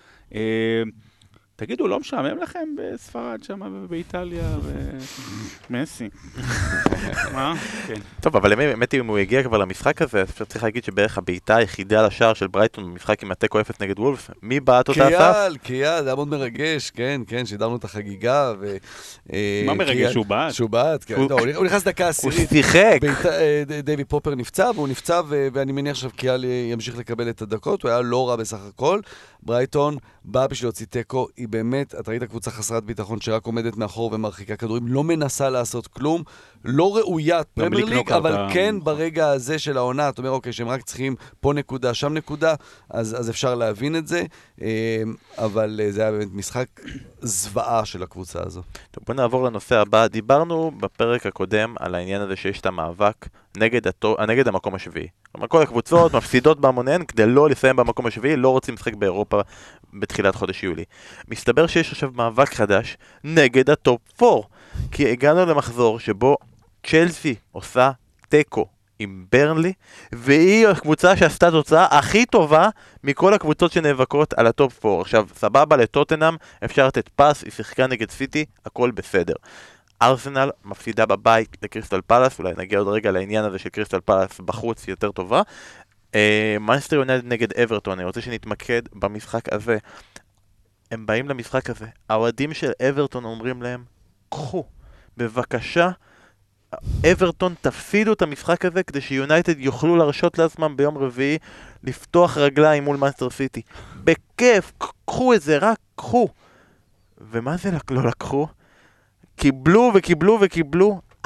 תגידו, לא משעמם לכם בספרד שם, באיטליה, ומסי. מה? כן. טוב, אבל באמת אם הוא הגיע כבר למשחק הזה, אז צריך להגיד שבערך הבעיטה היחידה לשער של ברייטון במשחק עם הטקו 0 נגד וולף, מי בעט אותה אסף? קייל, זה היה מאוד מרגש, כן, שידרנו את החגיגה. מה מרגש? שהוא בעט? שהוא בעט, כן. הוא נכנס דקה עשירית. הוא שיחק. דיוויד פופר נפצע, והוא נפצע, ואני מניח שקייל ימשיך לקבל את הדקות, הוא היה לא רע בסך הכל. ברייטון בא בשביל להוציא טקו, היא באמת, אתה ראית קבוצה חסרת ביטחון שרק עומדת מאחור ומרחיקה כדורים, לא מנסה לעשות כלום, לא ראויית פרמייר ליג, אבל כן ברגע הזה של העונה, אתה אומר, אוקיי, שהם רק צריכים פה נקודה, שם נקודה, אז אפשר להבין את זה, אבל זה היה באמת משחק זוועה של הקבוצה הזו. טוב, בוא נעבור לנושא הבא. דיברנו בפרק הקודם על העניין הזה שיש את המאבק נגד המקום השביעי. כלומר, כל הקבוצות מפסידות בהמוניהן כדי לא לסיים במקום השביעי, לא רוצים לשחק באירופה בתחילת חודש יולי. מסתבר שיש עכשיו מאבק חדש נגד הטופ 4, כי הגענו למחזור שבו צ'לסי עושה טקו עם ברנלי, והיא הקבוצה שעשתה תוצאה הכי טובה מכל הקבוצות שנאבקות על הטופ 4. עכשיו, סבבה לטוטנהאם, אפשר לתת פס, היא שיחקה נגד סיטי, הכל בסדר. ארסנל מפסידה בבית לקריסטל פלאס, אולי נגיע עוד רגע לעניין הזה של קריסטל פלאס בחוץ יותר טובה. מנצ'סטר יונייטד נגד אברטון, אני רוצה שנתמקד במשחק הזה. הם באים למשחק הזה, האוהדים של אברטון אומרים להם, קחו, בבקשה, אברטון תפסידו את המשחק הזה כדי שיונייטד יוכלו להרשות לעצמם ביום רביעי לפתוח רגליים מול מנצ'סטר סיטי. בכיף, קחו את זה, רק קחו. ומה זה לא לקחו? קיבלו וקיבלו וקיבלו 4-0,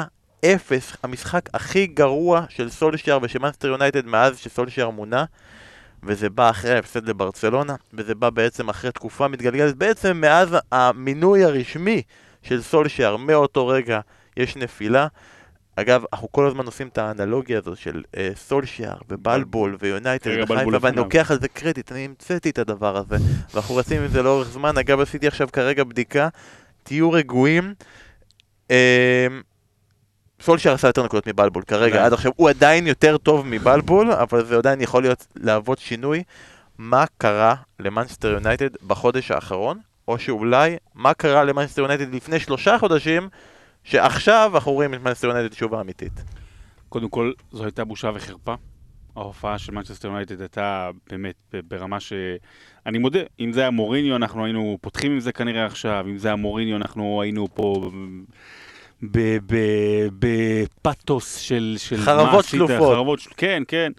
המשחק הכי גרוע של סולשייר ושל מנצ'סטר יונייטד מאז שסולשייר מונה, וזה בא אחרי ההפסד לברצלונה, וזה בא בעצם אחרי תקופה מתגלגלת, בעצם מאז המינוי הרשמי של סולשייר, מאותו רגע יש נפילה. אגב, אנחנו כל הזמן עושים את האנלוגיה הזו של סולשייר ובלבול ויונייטד וחיפה, ואני לוקח על זה קרדיט, אני המצאתי את הדבר הזה, ואנחנו רצים עם זה לאורך זמן. אגב, עשיתי עכשיו כרגע בדיקה, תהיו רגועים, סולשייר עשה יותר נקודות מבלבול כרגע, עד עכשיו הוא עדיין יותר טוב מבלבול, אבל זה עדיין יכול להוות שינוי. מה קרה למנצ'סטר יונייטד בחודש האחרון, או שאולי מה קרה למנצ'סטר יונייטד לפני 3 חודשים, שעכשיו אנחנו רואים את מנצ'סטר יונייטד תשובה אמיתית? קודם כל, זו הייתה בושה וחרפה. ההופעה של מנצ'סטר יונייטד הייתה באמת ברמה ש... אני מודה, אם זה היה מוריניו, אנחנו היינו פותחים עם זה כנראה עכשיו, אם זה היה מוריניו, אנחנו היינו פה בפאטוס של חרבות שלופות. כן, כן.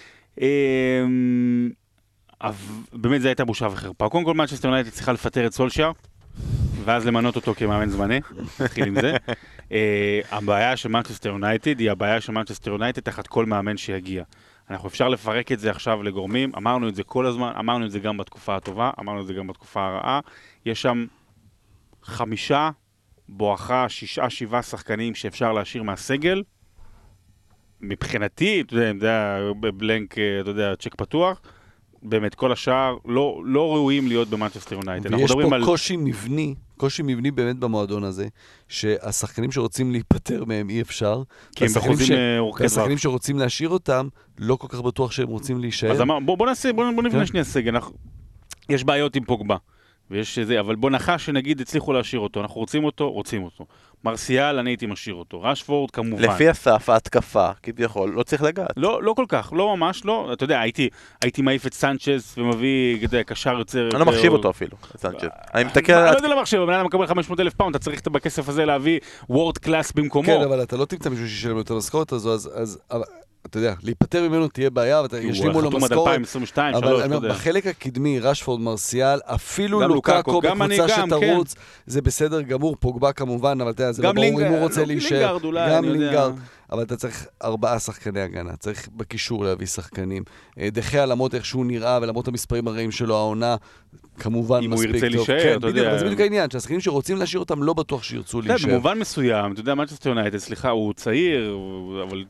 באמת זו הייתה בושה וחרפה. קודם כל, מנצ'סטר יונייטד צריכה לפטר את סולשייר, ואז למנות אותו כמאמן זמני, נתחיל עם זה. הבעיה של מנצ'סטר יונייטד היא הבעיה של מנצ'סטר יונייטד תחת כל מאמן שיגיע. אנחנו אפשר לפרק את זה עכשיו לגורמים, אמרנו את זה כל הזמן, אמרנו את זה גם בתקופה הטובה, אמרנו את זה גם בתקופה הרעה. יש שם 5, בואכה 6-7 שחקנים שאפשר להשאיר מהסגל. מבחינתי, אתה יודע, בבלנק, אתה יודע, צ'ק פתוח, באמת כל השאר לא ראויים להיות במנצ'סטר יונייטד. ויש פה קושי מבני קושי מבני באמת במועדון הזה, שהשחקנים שרוצים להיפטר מהם אי אפשר, כי הם בחוזים ארוכי טווח. והשחקנים שרוצים להשאיר אותם, לא כל כך בטוח שהם רוצים להישאר. אז בוא נבנה שנייה סגל. יש בעיות עם פוגבה, אבל בוא נחש שנגיד הצליחו להשאיר אותו. אנחנו רוצים אותו. מרסיאל, אני הייתי משאיר אותו. רשפורד, כמובן. לפי הסף, ההתקפה, כביכול, לא צריך לגעת. לא כל כך, לא ממש, לא. אתה יודע, הייתי מעיף את סנצ'ז ומביא, קשר יוצר... אני לא מחשיב אותו אפילו, סנצ'ז. אני לא יודע לא מחשיב, אבל אני מקבל 500,000 פאונד, אתה צריך בכסף הזה להביא וורד קלאס במקומו. כן, אבל אתה לא תמצא מישהו שישלם לו את המשכורת הזו, אז אתה יודע, להיפטר ממנו תהיה בעיה, ישלימו לו משכורת, אבל בחלק הקדמי, רשפורד, מרסיאל, אפילו לוקאקו בקבוצה שתרוץ, זה בסדר גמור, פוגבה כמובן, אבל אתה יודע, זה לא ברור אם הוא רוצה להישאר, גם לינגארד, אבל אתה צריך 4 שחקני הגנה, צריך בקישור להביא שחקנים, דחיה למרות איך שהוא נראה ולמרות המספרים הרעים שלו, העונה, כמובן מספיק טוב. אם הוא ירצה להישאר, אתה יודע. זה בדיוק העניין, שהשחקנים שרוצים להשאיר אותם לא בטוח שירצו להישאר. במובן מסוים, אתה יודע, מנצ'סטר יונייטד, סליחה, הוא צעיר, אבל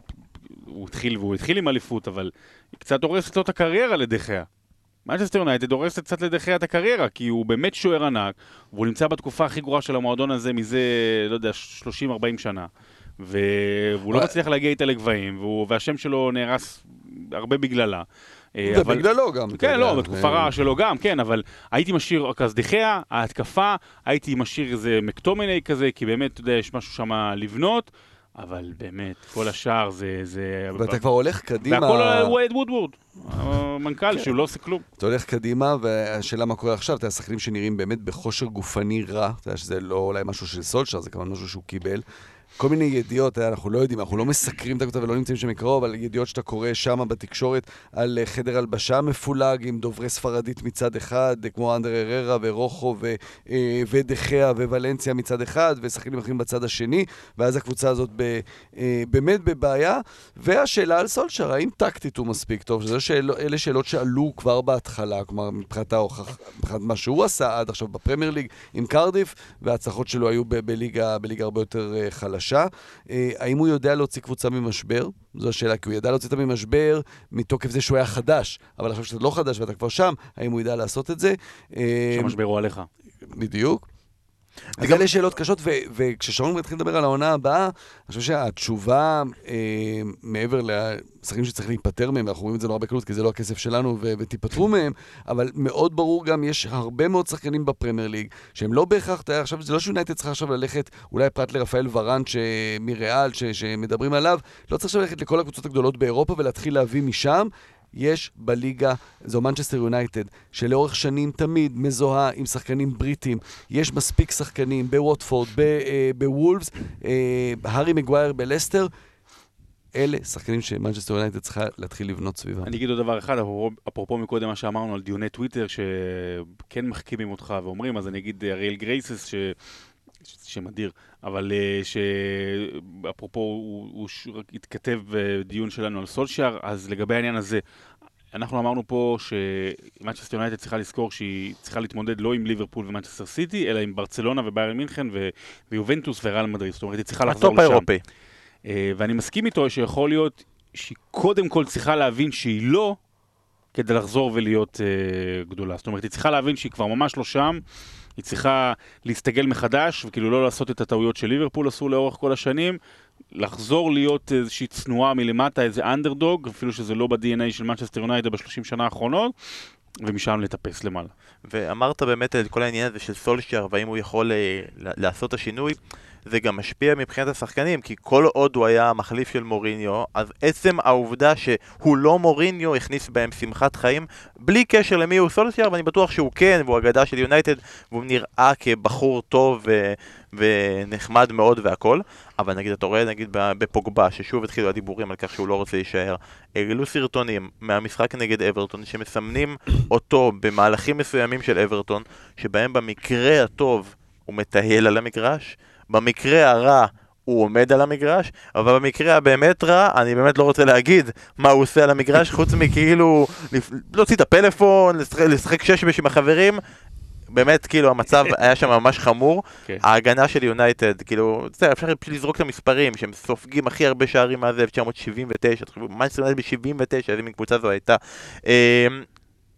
הוא התחיל עם אליפות, אבל היא קצת הורסת לו את הקריירה לדחיה. מנצ'סטר יונייטד הורסת קצת לדחיה את הקריירה, כי הוא באמת שוער ענק, והוא נמצא בתקופה הכי גרועה של המועדון הזה מזה, לא יודע, 30-40 שנה. והוא לא מצליח להגיע איתה לגבהים, והשם שלו נהרס הרבה בגללה. ובגללו גם. כן, לא, בתקופה רעה שלו גם, כן, אבל הייתי משאיר כזה דחיה, ההתקפה, הייתי משאיר איזה מקטומני כזה, כי באמת, אתה יודע, יש משהו שם לבנות, אבל באמת, כל השאר זה... ואתה כבר הולך קדימה... והכל הוא אד וודוורד, המנכ"ל שהוא לא עושה כלום. אתה הולך קדימה, והשאלה מה קורה עכשיו, אתה השחקנים שנראים באמת בכושר גופני רע, אתה יודע שזה לא אולי משהו של סולשר, זה כמובן משהו שהוא קיבל. כל מיני ידיעות, אנחנו לא יודעים, אנחנו לא מסקרים את הקבוצה ולא נמצאים שם מקרוב, אבל ידיעות שאתה קורא שם בתקשורת על חדר הלבשה מפולג עם דוברי ספרדית מצד אחד, כמו אנדר הררה ורוחו ודחיה וולנסיה מצד אחד, ושחקנים אחרים בצד השני, ואז הקבוצה הזאת באמת בבעיה. והשאלה על סולשר, האם טקטית הוא מספיק טוב? אלה שאלות שעלו כבר בהתחלה, כלומר מבחינת מה שהוא עשה עד עכשיו בפרמייר ליג עם קרדיף, וההצלחות שלו היו בליגה הרבה יותר חלשה. האם הוא יודע להוציא קבוצה ממשבר? זו השאלה, כי הוא ידע להוציא אותה ממשבר מתוקף זה שהוא היה חדש, אבל עכשיו שאתה לא חדש ואתה כבר שם, האם הוא ידע לעשות את זה? שהמשבר הוא עליך. בדיוק. אז אלה שאלות קשות, וכששרון מתחיל לדבר על העונה הבאה, אני חושב שהתשובה, מעבר לשחקנים שצריך להיפטר מהם, אנחנו רואים את זה לא הרבה קלות, כי זה לא הכסף שלנו, ותיפטרו מהם, אבל מאוד ברור גם, יש הרבה מאוד שחקנים בפרמייר ליג, שהם לא בהכרח, עכשיו זה לא שיונייטד צריך עכשיו ללכת, אולי פרט לרפאל ורן מריאל, שמדברים עליו, לא צריך עכשיו ללכת לכל הקבוצות הגדולות באירופה, ולהתחיל להביא משם. יש בליגה, זו מנצ'סטר יונייטד, שלאורך שנים תמיד מזוהה עם שחקנים בריטים, יש מספיק שחקנים בווטפורד, בוולפס, הארי מגווייר בלסטר, אלה שחקנים שמנצ'סטר יונייטד צריכה להתחיל לבנות סביבם. אני אגיד עוד דבר אחד, אפרופו מקודם מה שאמרנו על דיוני טוויטר, שכן מחכימים אותך ואומרים, אז אני אגיד אריאל גרייסס, שמדיר, אבל שאפרופו הוא התכתב בדיון שלנו על סולשייר, אז לגבי העניין הזה, אנחנו אמרנו פה שמנצ'סטר יונייטד צריכה לזכור שהיא צריכה להתמודד לא עם ליברפול ומנצ'סטר סיטי, אלא עם ברצלונה וביירן מינכן ויובנטוס וריאל מדריד, זאת אומרת, היא צריכה לחזור לשם. הטופ האירופי. ואני מסכים איתו שיכול להיות שהיא קודם כל צריכה להבין שהיא לא, כדי לחזור ולהיות גדולה. זאת אומרת, היא צריכה להבין שהיא כבר ממש לא שם, היא צריכה להסתגל מחדש, וכאילו לא לעשות את הטעויות של ליברפול עשו לאורך כל השנים, לחזור להיות איזושהי צנועה מלמטה, איזה אנדרדוג, אפילו שזה לא ב-DNA של מנצ'סטר יונייטד ב-30 שנה האחרונות, ומשם לטפס למעלה. ואמרת באמת על כל העניין הזה של סולשייר, והאם הוא יכול לעשות השינוי, זה גם משפיע מבחינת השחקנים, כי כל עוד הוא היה המחליף של מוריניו, אז עצם העובדה שהוא לא מוריניו הכניס בהם שמחת חיים, בלי קשר למי הוא סולשייר, ואני בטוח שהוא כן, והוא אגדה של יונייטד, והוא נראה כבחור טוב ונחמד מאוד והכל, אבל נגיד, אתה רואה נגיד בפוגבה, ששוב התחילו הדיבורים על כך שהוא לא רוצה להישאר, העלו סרטונים מהמשחק נגד אברטון, שמסמנים אותו במהלכים מסוימים של אברטון, שבהם במקרה הטוב הוא מטייל על המגרש, במקרה הרע הוא עומד על המגרש, אבל במקרה הבאמת רע, אני באמת לא רוצה להגיד מה הוא עושה על המגרש, חוץ מכאילו להוציא את הפלאפון, לשחק שש עם החברים, באמת כאילו המצב היה שם ממש חמור. ההגנה של יונייטד, כאילו, אפשר לזרוק את המספרים, שהם סופגים הכי הרבה שערים מאז 1979, מנצ'סטר יונייטד ב-79, איזה מין קבוצה זו הייתה.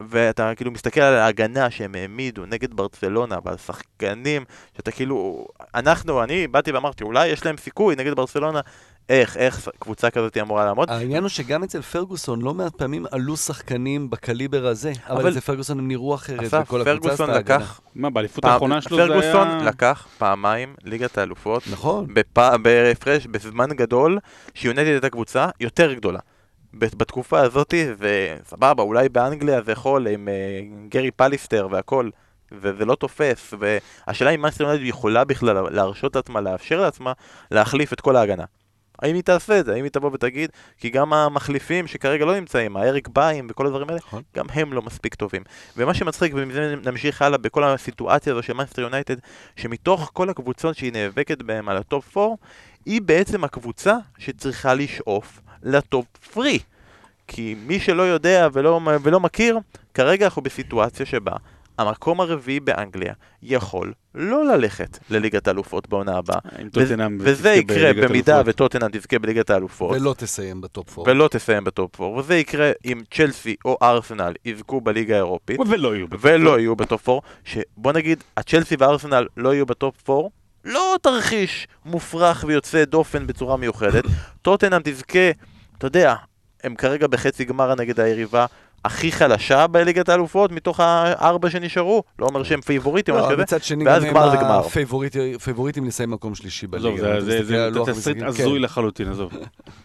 ואתה כאילו מסתכל על ההגנה שהם העמידו נגד ברצלונה, ועל שחקנים, שאתה כאילו, אני באתי ואמרתי, אולי יש להם סיכוי נגד ברצלונה, איך קבוצה כזאת אמורה לעמוד? העניין הוא שגם אצל פרגוסון לא מעט פעמים עלו שחקנים בקליבר הזה, אבל אצל פרגוסון הם נראו אחרת, וכל הקבוצה עשתה הגנה. מה, באליפות האחרונה שלו זה היה... פרגוסון לקח פעמיים ליגת האלופות, נכון. בהפרש, בזמן גדול, שיונטד את הקבוצה יותר גדולה. בתקופה הזאת, וסבבה, אולי באנגליה זה יכול עם גרי פליסטר והכל, וזה לא תופס, והשאלה אם מנצ'סטר יונייטד יכולה בכלל להרשות לעצמה, לאפשר לעצמה, להחליף את כל ההגנה. האם היא תעשה את זה? האם היא תבוא ותגיד? כי גם המחליפים שכרגע לא נמצאים, האריק ביים וכל הדברים האלה, גם הם לא מספיק טובים. ומה שמצחיק, ומזה נמשיך הלאה בכל הסיטואציה הזו של מנצ'סטר יונייטד, שמתוך כל הקבוצות שהיא נאבקת בהם על הטופ 4, היא בעצם הקבוצה שצריכה לשאוף לטופ 3. כי מי שלא יודע ולא מכיר, כרגע אנחנו בסיטואציה שבה המקום הרביעי באנגליה יכול לא ללכת לליגת האלופות בעונה הבאה. וזה יקרה במידה וטוטנהאם תזכה בליגת האלופות. ולא תסיים בטופ 4. וזה יקרה אם צ'לסי או ארסנל יזכו בליגה האירופית. ולא יהיו בטופ 4. שבוא נגיד, הצ'לסי וארסנל לא יהיו בטופ 4. לא תרחיש מופרך ויוצא דופן בצורה מיוחדת. טוטנהאם תזכה, אתה יודע, הם כרגע בחצי גמר נגד היריבה הכי חלשה בליגת האלופות, מתוך הארבע שנשארו, לא אומר שהם פייבוריטים, מצד שני גם הם הפייבוריטים לסיים מקום שלישי בליגה. זה תסריט הזוי לחלוטין, עזוב.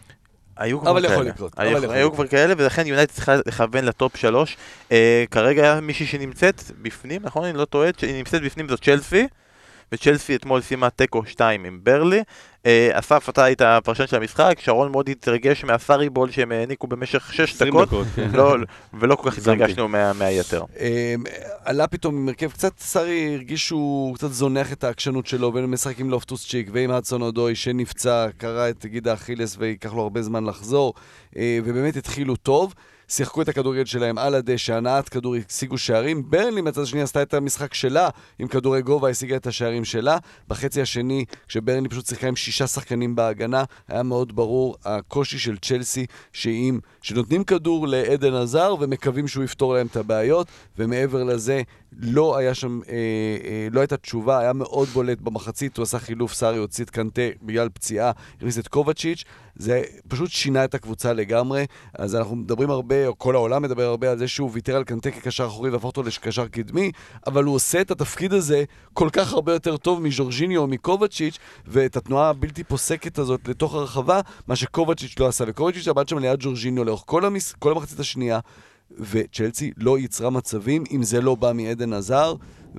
היו כבר כאלה, ולכן יונייטד צריכה לכוון לטופ 3. כרגע מישהי שנמצאת בפנים, נכון? אני לא טועה, היא נמצאת בפנים זאת צ'לסי, וצ'לסי אתמול שימה טקו 2 עם ברלי. אסף, אתה היית הפרשן של המשחק, שרון מאוד התרגש מהסארי בול שהם העניקו במשך 6 דקות, ולא כל כך התרגשנו מהיתר. עלה פתאום עם הרכב, קצת סארי הרגישו, קצת זונח את העקשנות שלו, בין משחק עם לופטוס צ'יק ועם הדסון אודוי שנפצע, קרא את גיד האכילס ויקח לו הרבה זמן לחזור, ובאמת התחילו טוב. שיחקו את הכדורגל שלהם על הדשא, הנעת כדור, השיגו שערים. ברנלי מצד השני עשתה את המשחק שלה עם כדורי גובה, השיגה את השערים שלה. בחצי השני, כשברנלי פשוט שיחקה עם 6 שחקנים בהגנה, היה מאוד ברור הקושי של צ'לסי, שנותנים כדור לעדן עזר ומקווים שהוא יפתור להם את הבעיות, ומעבר לזה לא היה שם, לא הייתה תשובה, היה מאוד בולט במחצית, הוא עשה חילוף, סארי הוציא את קנטה בגלל פציעה, הכניס את קובצ'יץ', זה פשוט שינה את הקבוצה לגמרי. אז אנחנו מדברים הרבה, או כל העולם מדבר הרבה על זה שהוא ויתר על קנטה כקשר אחורי והפך אותו לקשר קדמי, אבל הוא עושה את התפקיד הזה כל כך הרבה יותר טוב מז'ורג'יניו או מקובצ'יץ', ואת התנועה הבלתי פוסקת הזאת לתוך הרחבה, מה שקובצ'יץ' לא עשה, וקובצ'יץ' עבד שם ליד ז'ורג'יניו לאורך כל המחצית השנייה, וצ'לסי לא יצרה מצבים אם זה לא בא מעדן עזר,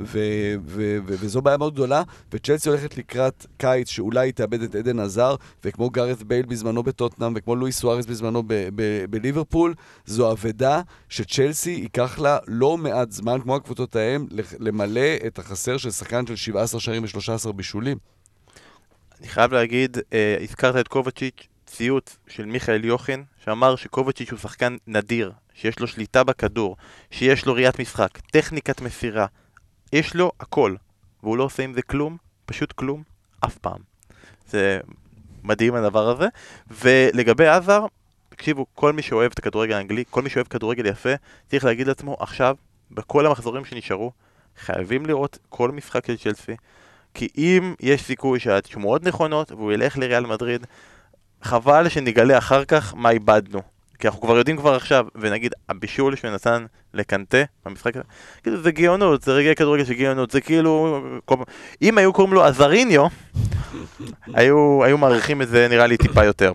וזו בעיה מאוד גדולה, וצ'לסי הולכת לקראת קיץ שאולי היא תאבד את עדן עזר, וכמו גארת בייל בזמנו בטוטנאם, וכמו לואיס סוארס בזמנו בליברפול, זו עבודה שצ'לסי ייקח לה לא מעט זמן, כמו הקבוצות ההם, למלא את החסר של שחקן של 17 שערים ו13 בישולים. אני חייב להגיד, הזכרת את קובצ'יץ', ציוט של מיכאל יוחין, שאמר שקובצ'יץ' הוא שחקן נדיר, שיש לו שליטה בכדור, שיש לו ראיית משחק, טכניקת מסירה, יש לו הכל, והוא לא עושה עם זה כלום, פשוט כלום, אף פעם. זה מדהים הדבר הזה. ולגבי עזר, תקשיבו, כל מי שאוהב את הכדורגל האנגלי, כל מי שאוהב כדורגל יפה, צריך להגיד לעצמו, עכשיו, בכל המחזורים שנשארו, חייבים לראות כל משחק של צ'לסי, כי אם יש סיכוי שהשמועות נכונות, והוא ילך לריאל מדריד, חבל שנגלה אחר כך מה איבדנו. כי אנחנו כבר יודעים כבר עכשיו, ונגיד, הבישול שנתן לקנטה במשחק הזה, כאילו זה גאונות, זה רגעי כדורגל של גאונות, זה כאילו, אם היו קוראים לו עזריניו, היו מעריכים את זה נראה לי טיפה יותר.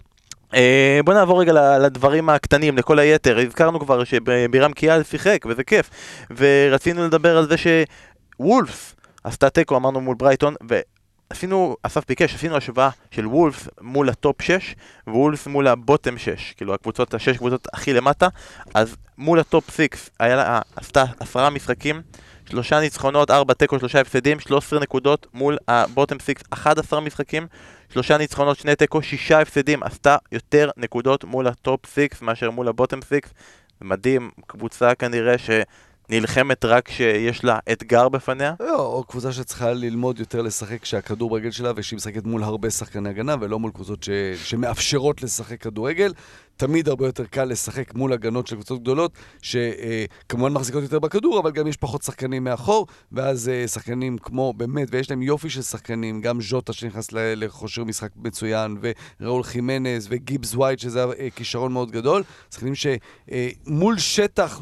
בוא נעבור רגע לדברים הקטנים, לכל היתר. הזכרנו כבר שבירם קיאל שיחק, וזה כיף, ורצינו לדבר על זה שוולפס עשתה תיקו, אמרנו מול ברייטון, עשינו, אסף ביקש, עשינו השוואה של וולפס מול הטופ 6 וולפס מול הבוטם 6, כאילו הקבוצות, 6 קבוצות הכי למטה. אז מול הטופ 6 היה לה, עשתה 10 משחקים, 3 ניצחונות, 4 תיקו, 3 הפסדים, 13 נקודות. מול הבוטם 6 11 משחקים, 3 ניצחונות, 2 תיקו, 6 הפסדים, עשתה יותר נקודות מול הטופ 6 מאשר מול הבוטם 6. מדהים, קבוצה כנראה נלחמת רק שיש לה אתגר בפניה? או קבוצה שצריכה ללמוד יותר לשחק כשהכדור ברגל שלה, ושהיא משחקת מול הרבה שחקני הגנה, ולא מול קבוצות שמאפשרות לשחק כדורגל. תמיד הרבה יותר קל לשחק מול הגנות של קבוצות גדולות, שכמובן מחזיקות יותר בכדור, אבל גם יש פחות שחקנים מאחור, ואז שחקנים כמו, באמת, ויש להם יופי של שחקנים, גם ז'וטה שנכנס לחושר משחק מצוין, וראול חימנז, וגיבס ווייט, שזה כישרון מאוד גדול, שחקנים שמול שטח,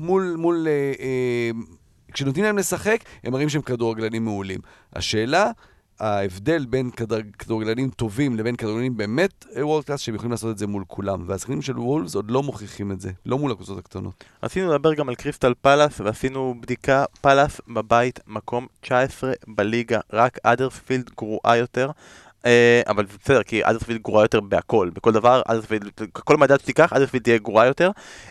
כשנותנים להם לשחק, הם מראים שהם כדורגלנים מעולים. השאלה, ההבדל בין כדורגלנים טובים לבין כדורגלנים באמת וורד קלאס, שהם יכולים לעשות את זה מול כולם. והשחקנים של וולפס עוד לא מוכיחים את זה, לא מול הקבוצות הקטנות. רצינו לדבר גם על קריסטל פלאס, ועשינו בדיקה. פלאס בבית, מקום 19 בליגה, רק אדרספילד גרועה יותר. אבל זה בסדר, כי אדרספילד גרועה יותר בהכל. בכל דבר, כל מדד שתיקח, אדרספילד תהיה גרועה יותר.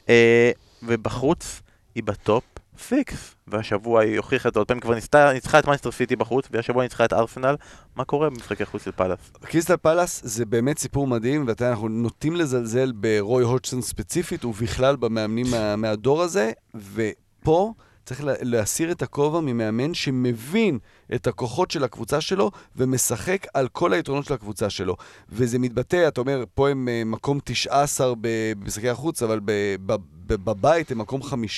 ובחוץ היא בטופ פיקס, והשבוע היא הוכיחה את עוד פעם, כבר ניצחה את מנצ'סטר סיטי בחוץ, והשבוע ניצחה את ארסנל. מה קורה במשחקי חוץ של פלאס? קריסטל פלאס זה באמת סיפור מדהים, ואנחנו נוטים לזלזל ברוי הודג'סון ספציפית, ובכלל במאמנים מהדור הזה, ופה צריך להסיר את הכובע ממאמן שמבין את הכוחות של הקבוצה שלו, ומשחק על כל היתרונות של הקבוצה שלו. וזה מתבטא, אתה אומר, פה הם מקום 19 במשחקי החוץ, אבל בבית הם מקום 5,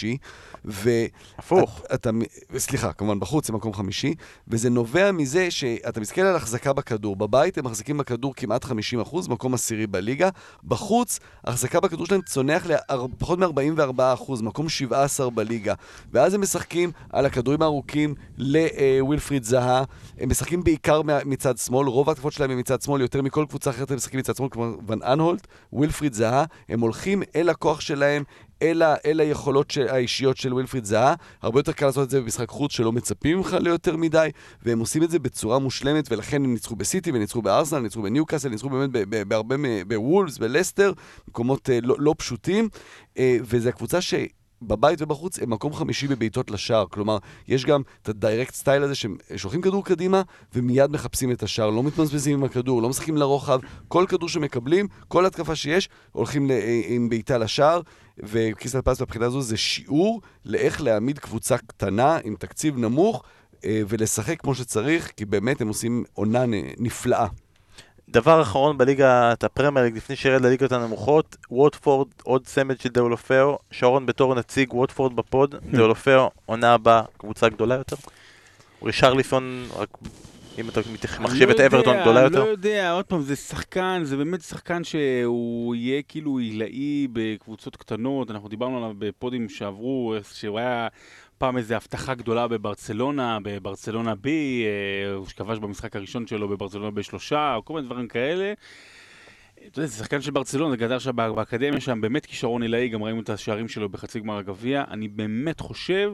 הפוך. סליחה, כמובן בחוץ הם מקום 5, וזה נובע מזה שאתה מסתכל על החזקה בכדור. בבית הם מחזיקים בכדור כמעט 50%, מקום 10 בליגה. בחוץ, החזקה בכדור שלהם צונח לפחות מ-44%, מקום 17 בליגה. ואז הם משחקים על הכדורים הארוכים לווילפריד זהה. הם משחקים בעיקר מצד שמאל, רוב התקפות שלהם הם מצד שמאל, יותר מכל קבוצה אחרת הם משחקים מצד שמאל, כמו ון אנהולט, ווילפריד זהה. הם הולכים אל הכוח שלהם, אל היכולות האישיות של ווילפריד זהה. הרבה יותר קל לעשות את זה במשחק חוץ שלא מצפים לך ליותר מדי, והם עושים את זה בצורה מושלמת, ולכן הם ניצחו בסיטי, וניצחו בארסנל, ניצחו בניוקאסל, ניצחו באמת בהרבה, בוולפס, בלסטר, מקומות לא פשוטים, וזו הקבוצה בבית ובחוץ הם מקום 5 בביתות לשער. כלומר, יש גם את הדיירקט סטייל הזה ששולחים כדור קדימה ומיד מחפשים את השער, לא מתמזבזים עם הכדור, לא משחקים לרוחב. כל כדור שמקבלים, כל התקפה שיש, הולכים עם ביתה לשער. וקריסטל פלאס בבחינה הזו זה שיעור לאיך להעמיד קבוצה קטנה עם תקציב נמוך ולשחק כמו שצריך, כי באמת הם עושים עונה נפלאה. דבר אחרון בליגת הפרמייר ליג, לפני שירד לליגות הנמוכות, ווטפורד, עוד סמד של דאולופאו, שרון בתור נציג ווטפורד בפוד, דאולופאו, עונה הבאה, קבוצה גדולה יותר? רישרליסון, רק אם אתה מחשיב את אברטון גדולה יותר? לא יודע, עוד פעם, זה שחקן, זה באמת שחקן שהוא יהיה כאילו עילאי בקבוצות קטנות, אנחנו דיברנו עליו בפודים שעברו, שהוא היה פעם איזו הבטחה גדולה בברצלונה B, הוא שכבש במשחק הראשון שלו בברצלונה ב3, או כל מיני דברים כאלה. אתה יודע, זה שחקן של ברצלונה, זה גדר שבאקדמיה שם באמת כישרון עילאי, גם ראינו את השערים שלו בחצי גמר הגביע. אני באמת חושב,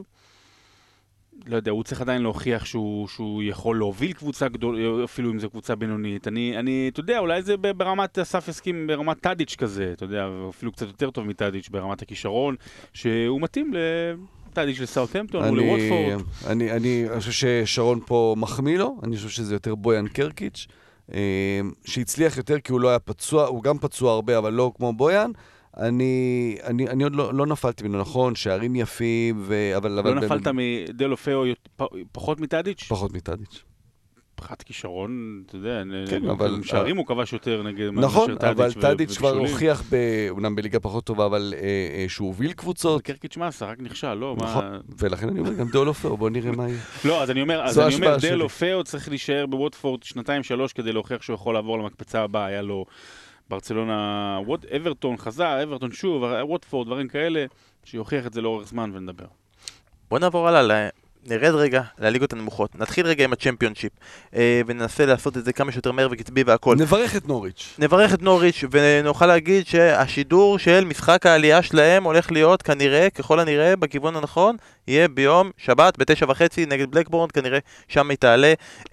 לא יודע, הוא צריך עדיין להוכיח שהוא יכול להוביל קבוצה גדולה, אפילו אם זו קבוצה בינונית. אני, אתה יודע, אולי זה ברמת אסף יסכים, ברמת טאדיץ' כזה, אתה יודע, אפילו קצת יותר טוב מטאדיץ' ברמת הכישרון, שהוא מתאים טאדיץ' לסאות'המפטון או לווטפורד. אני חושב ששרון פה מחמיא לו, אני חושב שזה יותר בויאן קרקיץ', שהצליח יותר כי הוא לא היה פצוע, הוא גם פצוע הרבה, אבל לא כמו בויאן. אני עוד לא נפלתי ממנו, נכון, שערים יפים, אבל... לא נפלת מדאולופאו פחות מטאדיץ'? פחות מטאדיץ'. פחת כישרון, אתה יודע, שערים הוא כבש יותר נגד... נכון, אבל טאדיץ' כבר הוכיח, אומנם בליגה פחות טובה, אבל שהוא הוביל קבוצות. קרקיץ' מסה, רק נכשל, לא? נכון, ולכן אני אומר גם דאולופאו, בוא נראה מה יהיה. לא, אז אני אומר, דאולופאו צריך להישאר בווטפורד 2-3 כדי להוכיח שהוא יכול לעבור למקפצה הבאה, היה לו ברצלונה, אברטון חזר, אברטון שוב, ווטפורד, דברים כאלה, שיוכיח את זה לאורך זמן ונדבר. בוא נעבור הלאה, נרד רגע לליגות הנמוכות, נתחיל רגע עם הצ'מפיונשיפ, וננסה לעשות את זה כמה שיותר מהר וקצבי והכל. נברך את נוריץ' ונוכל להגיד שהשידור של משחק העלייה שלהם הולך להיות כנראה, ככל הנראה, בכיוון הנכון, יהיה ביום שבת ב9:30 נגד בלקבורן, כנראה שם היא תעלה,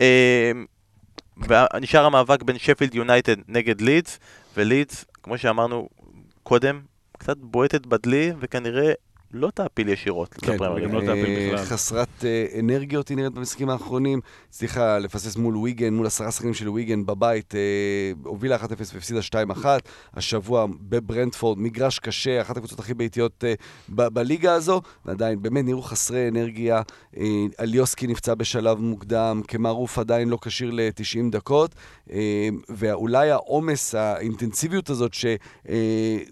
ונשאר המאבק בין שפילד יונייטד נגד לידס, ולידס, כמו שאמרנו קודם, קצת בועטת בדלי, וכנראה לא תעפיל ישירות. כן, גם לא תעפיל בכלל. חסרת אנרגיות היא נראית במשחקים האחרונים, הצליחה לפסס מול וויגן, מול 10 שחקנים של וויגן בבית, הובילה 1-0 והפסידה 2-1, השבוע בברנטפורד, מגרש קשה, אחת הקבוצות הכי ביתיות בליגה הזו, ועדיין באמת נראו חסרי אנרגיה, אליוסקי נפצע בשלב מוקדם, כמערוף עדיין לא קשיר ל-90 דקות, ואולי העומס, האינטנסיביות הזאת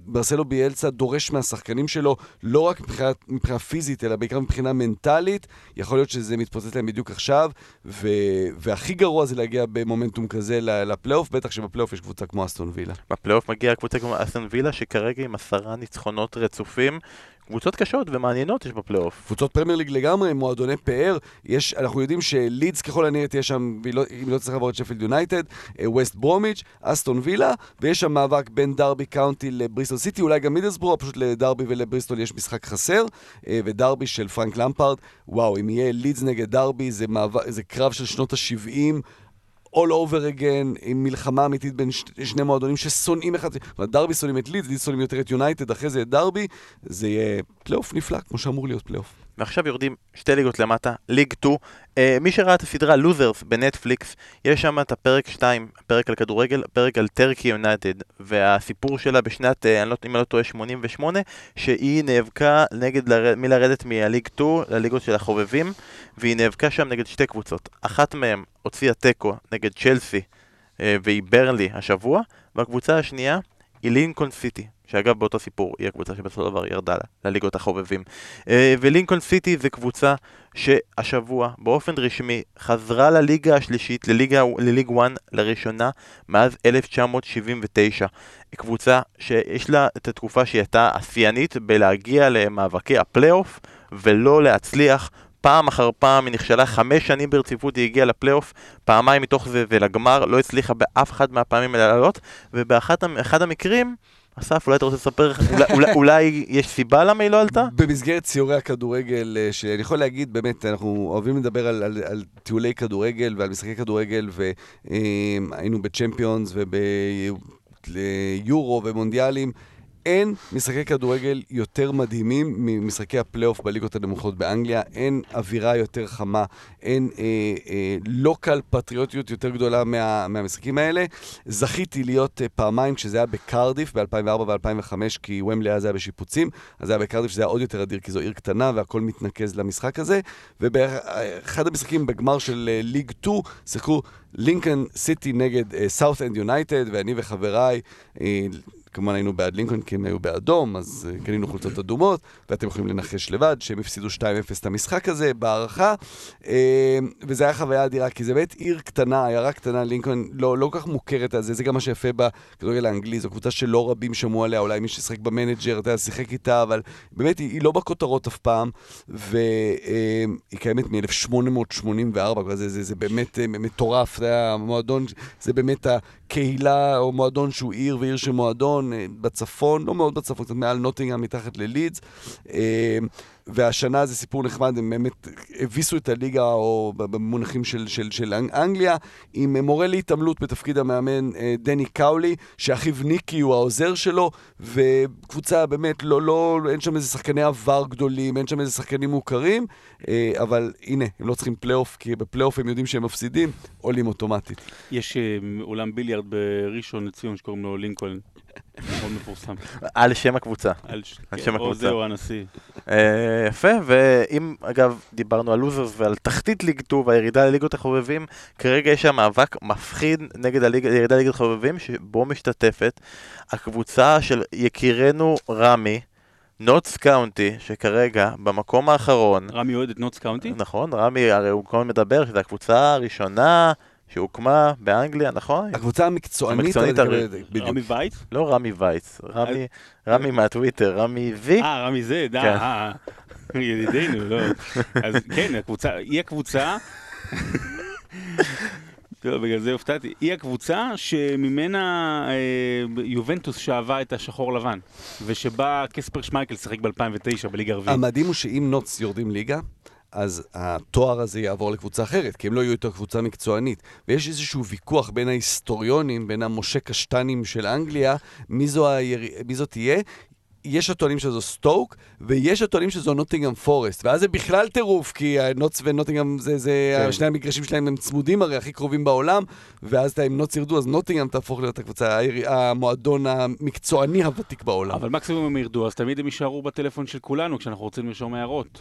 מרסלו ביאלצה דורש מהשחקנים שלו, לא רק מבחינה פיזית, אלא בעיקר מבחינה מנטלית. יכול להיות שזה מתפוצץ להם בדיוק עכשיו, והכי גרוע זה להגיע במומנטום כזה לפלייאוף, בטח שבפלייאוף יש קבוצה כמו אסטון וילה. בפלייאוף מגיעה קבוצה כמו אסטון וילה, שכרגע עם 10 ניצחונות רצופים, קבוצות קשות ומעניינות יש בפלייאוף. קבוצות פרמייר ליג לגמרי, מועדוני פאר, אנחנו יודעים שלידס ככל הנראה תהיה שם, אם לא צריך לעבור את שפילד יונייטד, ווסט ברומיץ', אסטון וילה, ויש שם מאבק בין דרבי קאונטי לבריסטול סיטי, אולי גם מידלסבורו, פשוט לדרבי ולבריסטול יש משחק חסר, ודרבי של פרנק למפארד, וואו, אם יהיה לידס נגד דרבי, זה קרב של שנות ה-70, all over again, עם מלחמה אמיתית בין שני מועדונים ששונאים אחד. דרבי שונאים את לידס, לידס שונאים יותר את יונייטד, אחרי זה את דרבי, זה יהיה פלייאוף נפלא, כמו שאמור להיות פלייאוף. ועכשיו יורדים 2 ליגות למטה, ליג 2. מי שראה את הסדרה לוזרס בנטפליקס, יש שם את הפרק 2, פרק על כדורגל, פרק על טרקי יונייטד, והסיפור שלה בשנת, אם אני לא טועה, 88, שהיא נאבקה מלרדת מהליג 2 לליגות של החובבים, והיא נאבקה שם נגד 2 קבוצות. אחת מהן הוציאה טקו נגד צ'לסי, והיא ברנלי השבוע, והקבוצה השנייה היא לינקולן סיטי. שאגב באותו סיפור היא הקבוצה שבסופו דבר ירדה לליגות החובבים. ולינקולן סיטי זה קבוצה שהשבוע באופן רשמי חזרה לליגה השלישית, לליג 1 לראשונה מאז 1979. קבוצה שיש לה את התקופה שהיא הייתה אפיינית בלהגיע למאבקי הפלייאוף ולא להצליח. פעם אחר פעם היא נכשלה 5 שנים ברציפות, היא הגיעה לפלייאוף, פעמיים מתוך זה ולגמר, לא הצליחה באף אחד מהפעמים האלה לעלות, ובאחד המקרים אסף, אולי אתה רוצה לספר, אולי יש סיבה למה היא לא עלתה? במסגרת ציורי הכדורגל, שאני יכול להגיד, באמת, אנחנו אוהבים לדבר על טיולי כדורגל ועל משחקי כדורגל, והיינו בצ'מפיונס וביורו ומונדיאלים, אין משחקי כדורגל יותר מדהימים ממשחקי הפלייאוף בליגות הנמוכות באנגליה, אין אווירה יותר חמה, אין לוקל פטריוטיות יותר גדולה מהמשחקים האלה. זכיתי להיות פעמיים כשזה היה בקרדיף ב-2004 ו-2005, כי ומבלי היה בשיפוצים, אז זה היה בקרדיף שזה היה עוד יותר אדיר, כי זו עיר קטנה והכל מתנקז למשחק הזה, ובאחד המשחקים בגמר של ליג 2, שיחקו לינקולן סיטי נגד סאות' אנד יונייטד, ואני וחבריי, כמובן היינו בעד לינקולן כי הם היו באדום, אז קנינו חולצות אדומות, ואתם יכולים לנחש לבד שהם הפסידו 2-0 את המשחק הזה בהערכה, וזה היה חוויה אדירה, כי זה באמת עיר קטנה, עיירה קטנה, לינקולן לא כך מוכרת על זה, זה גם מה שיפה בכדורגל האנגלי, זו קבוצה שלא רבים שמעו עליה, אולי מי ששחק במנג'ר, אתה שיחק איתה, אבל באמת היא לא בכותרות אף פעם, והיא קיימת מ-1884, זה באמת מטורף, זה המועדון, זה באמת הקהילה או מועדון שהוא עיר ועיר של מועדון בצפון, לא מאוד בצפון, קצת מעל נוטינגהאם מתחת ללידס, והשנה זה סיפור נחמד, הם באמת הביסו את הליגה או במונחים של אנגליה, עם מורה להתעמלות בתפקיד המאמן דני קאולי, שאחיו ניקי הוא העוזר שלו, וקבוצה באמת אין שם איזה שחקני עבר גדולים, אין שם איזה שחקנים מוכרים, אבל הנה, הם לא צריכים פלייאוף, כי בפלייאוף הם יודעים שהם מפסידים, עולים אוטומטית. יש אולם ביליארד בראשון לציון שקוראים לו לינקולן. מאוד מפורסם. על שם הקבוצה. על שם הקבוצה. או זהו הנשיא. יפה, ואם אגב דיברנו על לוזרס ועל תחתית ליג 2 והירידה לליגות החובבים, כרגע יש שם מאבק מפחיד נגד הירידה לליגות החובבים, שבו משתתפת הקבוצה של יקירנו רמי, נוטס קאונטי, שכרגע במקום האחרון... רמי אוהד את נוטס קאונטי? נכון, רמי הרי הוא כל מדבר, שזו הקבוצה הראשונה שהוקמה באנגליה, נכון? הקבוצה המקצוענית רמי וייץ? לא רמי וייץ, רמי מהטוויטר, רמי וי. רמי זה, ידידינו, לא. אז כן, היא הקבוצה, בגלל זה הופתעתי, היא הקבוצה שממנה יובנטוס שאהבה את השחור לבן, ושבה קספר שמייקל שיחק ב-2009 בליגה הרביעית. המדהים הוא שאם נוטס יורדים ליגה, אז התואר הזה יעבור לקבוצה אחרת, כי הם לא יהיו יותר קבוצה מקצוענית. ויש איזשהו ויכוח בין ההיסטוריונים, בין המשה קשטנים של אנגליה, מי זו תהיה. יש הטוענים שזו סטוק, ויש הטוענים שזו נוטינגהאם פורסט. ואז זה בכלל טירוף, כי נוטס ונוטינגהאם, זה שני המגרשים שלהם הם צמודים הרי, הכי קרובים בעולם, ואז אם נוטס ירדו, אז נוטינגהאם תהפוך להיות הקבוצה, המועדון המקצועני הוותיק בעולם. אבל מקסימום הם ירדו, אז תמיד הם יישארו בטלפון של כולנו, כשאנחנו רוצים לרשום הערות.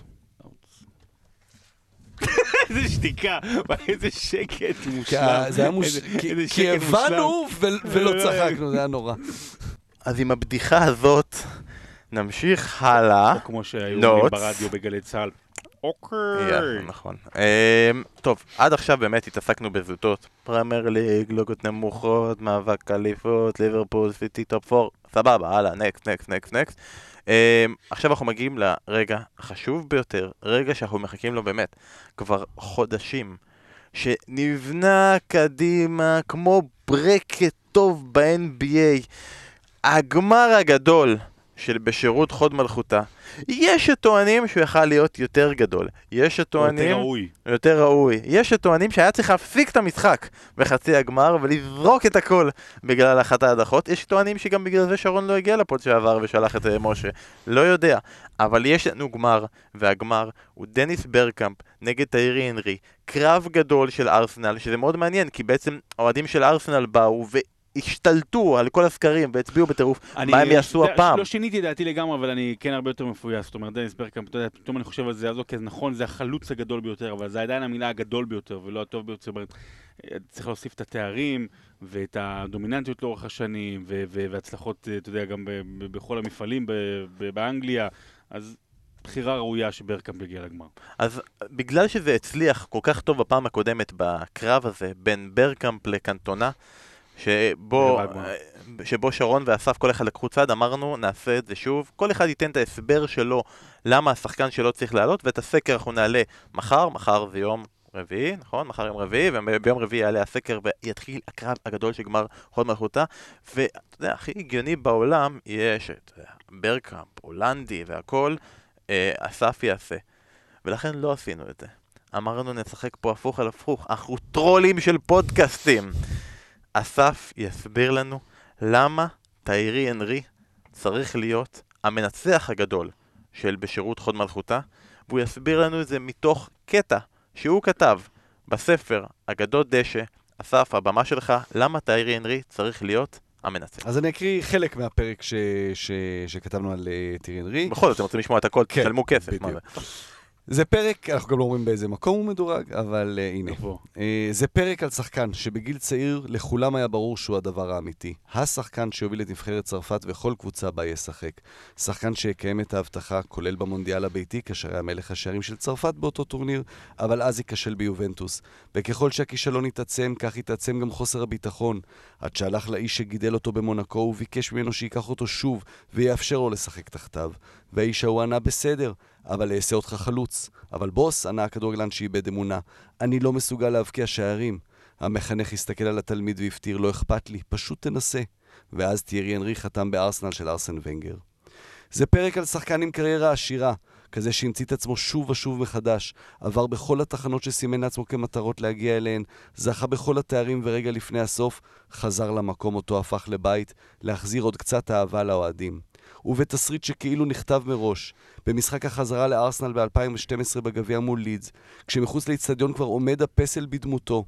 איזה שתיקה, איזה שקט מושלם. כי הבנו ולא צחקנו, זה היה נורא. אז עם הבדיחה הזאת נמשיך הלאה. או כמו שהיו אומרים ברדיו בגלי צהל. אוקיי. נכון. טוב, עד עכשיו באמת התעסקנו בזוטות. פרמייר ליג, לוגות נמוכות, מאבק אליפות, ליברפול, סיטי טופ 4. סבבה, הלאה, נקסט. עכשיו אנחנו מגיעים לרגע החשוב ביותר, רגע שאנחנו מחכים לו באמת כבר חודשים, שנבנה קדימה כמו ברקט טוב ב-NBA, הגמר הגדול של בשירות חוד מלכותה. יש שטוענים שהוא יכל להיות יותר גדול, יש שטוענים יותר ראוי, יש שטוענים שהיה צריך להפסיק את המשחק בחצי הגמר ולזרוק את הכל בגלל אחת ההדחות, יש שטוענים שגם בגלל זה שרון לא הגיע לפוד שעבר ושלח את משה, לא יודע, אבל יש לנו גמר, והגמר הוא דניס ברקאמפ נגד טיירי הנרי, קרב גדול של ארסנל, שזה מאוד מעניין כי בעצם האוהדים של ארסנל באו השתלטו על כל הסקרים והצביעו בטירוף מה הם יעשו הפעם. לא שיניתי דעתי לגמרי, אבל אני כן הרבה יותר מפויס. זאת אומרת, דניס ברקאמפ, אתה יודע, פתאום אני חושב על זה, אז אוקיי, נכון, זה החלוץ הגדול ביותר, אבל זה עדיין המילה הגדול ביותר ולא הטוב ביותר. צריך להוסיף את התארים ואת הדומיננטיות לאורך השנים והצלחות, אתה יודע, גם בכל המפעלים באנגליה. אז בחירה ראויה שברקאמפ יגיע לגמר. אז בגלל שזה הצליח כל כך טוב בפעם הקודמת בקרב הזה בין ברקאמפ לקנטונה, שבו שרון ואסף כל אחד לקחו צד, אמרנו נעשה את זה שוב, כל אחד ייתן את ההסבר שלו למה השחקן שלו צריך לעלות, ואת הסקר אנחנו נעלה מחר זה יום רביעי, נכון? מחר יום רביעי, וביום רביעי יעלה הסקר ויתחיל הקרב הגדול של גמר חוד מלכותה, ואתה יודע, הכי הגיוני בעולם יש את ברקאמפ, הולנדי והכל, אסף יעשה, ולכן לא עשינו את זה. אמרנו נשחק פה הפוך על הפוך, אנחנו טרולים של פודקאסטים. אסף יסביר לנו למה טיירי הנרי צריך להיות המנצח הגדול של בשירות חוד מלכותה, והוא יסביר לנו את זה מתוך קטע שהוא כתב בספר אגדות דשא. אסף, הבמה שלך, למה טיירי הנרי צריך להיות המנצח? אז אני אקריא חלק מהפרק שכתבנו על טיירי הנרי. בכל זאת, אתם רוצים לשמוע את הכל, כן, תשלמו כסף. מה זה? זה פרק, אנחנו גם לא אומרים באיזה מקום הוא מדורג, אבל הנה. זה פרק על שחקן שבגיל צעיר לכולם היה ברור שהוא הדבר האמיתי. השחקן שהוביל את נבחרת צרפת וכל קבוצה בה ישחק. שחקן שיקיים את ההבטחה, כולל במונדיאל הביתי, כאשר היה מלך השערים של צרפת באותו טורניר, אבל אז ייכשל ביובנטוס. וככל שהכישלון התעצם, כך התעצם גם חוסר הביטחון. עד שהלך לאיש שגידל אותו במונקו, הוא ביקש ממנו שיקח אותו שוב ויאפשר לו לשחק תחתיו. והאיש ההוא ענה בסדר, אבל אעשה אותך חלוץ. אבל בוס, ענה הכדורגלן שאיבד אמונה. אני לא מסוגל להבקיע שערים. המחנך הסתכל על התלמיד והפתיר, לא אכפת לי, פשוט תנסה. ואז טיירי הנרי חתם בארסנל של ארסן ונגר. זה פרק על שחקן עם קריירה עשירה, כזה שהמציא את עצמו שוב ושוב מחדש, עבר בכל התחנות שסימן לעצמו כמטרות להגיע אליהן, זכה בכל התארים ורגע לפני הסוף, חזר למקום אותו הפך לבית, להחזיר עוד קצת אהבה לאוהדים. ובתסריט שכאילו נכתב מראש, במשחק החזרה לארסנל ב-2012 בגביע מול לידס, כשמחוץ לאצטדיון כבר עומד הפסל בדמותו.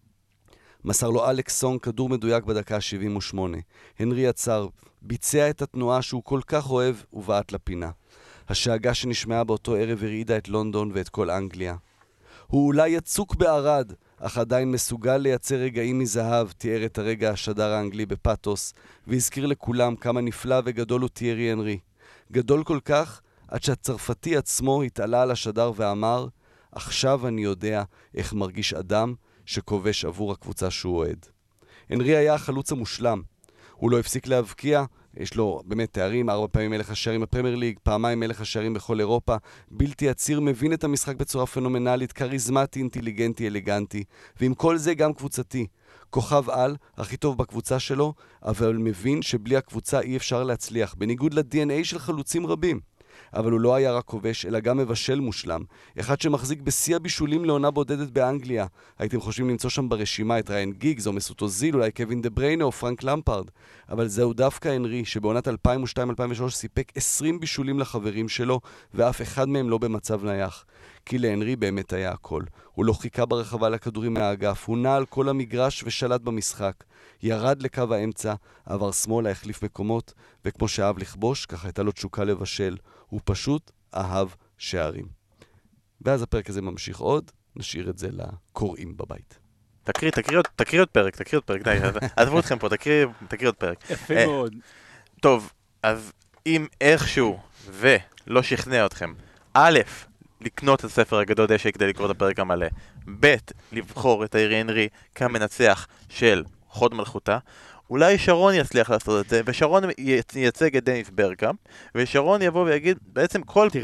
מסר לו אלכס סונג כדור מדויק בדקה ה-78. הנרי עצר, ביצע את התנועה שהוא כל כך אוהב ובעט לפינה. השאגה שנשמעה באותו ערב הרעידה את לונדון ואת כל אנגליה. הוא אולי יצוק בערד, אך עדיין מסוגל לייצר רגעים מזהב, תיאר את הרגע השדר האנגלי בפאטוס, והזכיר לכולם כמה נפלא וגדול הוא טיירי הנרי. גדול כל כך, עד שהצרפתי עצמו התעלה על השדר ואמר, עכשיו אני יודע איך מרגיש אדם שכובש עבור הקבוצה שהוא אוהד. הנרי היה החלוץ המושלם. הוא לא הפסיק להבקיע, יש לו באמת תארים, 4 פעמים מלך השערים בפרמייר ליג, פעמיים מלך השערים בכל אירופה, בלתי עציר, מבין את המשחק בצורה פנומנלית, קריזמטי, אינטליגנטי, אלגנטי, ועם כל זה גם קבוצתי. כוכב על, הכי טוב בקבוצה שלו, אבל מבין שבלי הקבוצה אי אפשר להצליח, בניגוד ל-DNA של חלוצים רבים. אבל הוא לא היה רק כובש, אלא גם מבשל מושלם. אחד שמחזיק בשיא הבישולים לעונה בודדת באנגליה. הייתם חושבים למצוא שם ברשימה את ריין גיגס או מסות אוזיל, אולי קווין דה בריינה או פרנק למפרד. אבל זהו דווקא הנרי, שבעונת 2002-2003 סיפק 20 בישולים לחברים שלו, ואף אחד מהם לא במצב נייח. כי להנרי באמת היה הכל. הוא לא חיכה ברחבה לכדורים מהאגף, הוא נע על כל המגרש ושלט במשחק. ירד לקו האמצע, עבר שמאלה, החליף מקומות, וכמו שאהב לכבוש, ככה הייתה לו תשוקה לבשל. הוא פשוט אהב שערים. ואז הפרק הזה ממשיך עוד, נשאיר את זה לקוראים בבית. תקריא עוד פרק, די, עזבו אתכם פה, תקריא עוד פרק. יפה מאוד. טוב, אז אם איכשהו ולא שכנע אתכם, א', לקנות את הספר הגדול דשא כדי לקרוא את הפרק המלא, ב', לבחור את טיירי הנרי כמנצח של חוד מלכותה, אולי שרון יצליח לעשות את זה, ושרון ייצג את דניס ברקאמפ, ושרון יבוא ויגיד, בעצם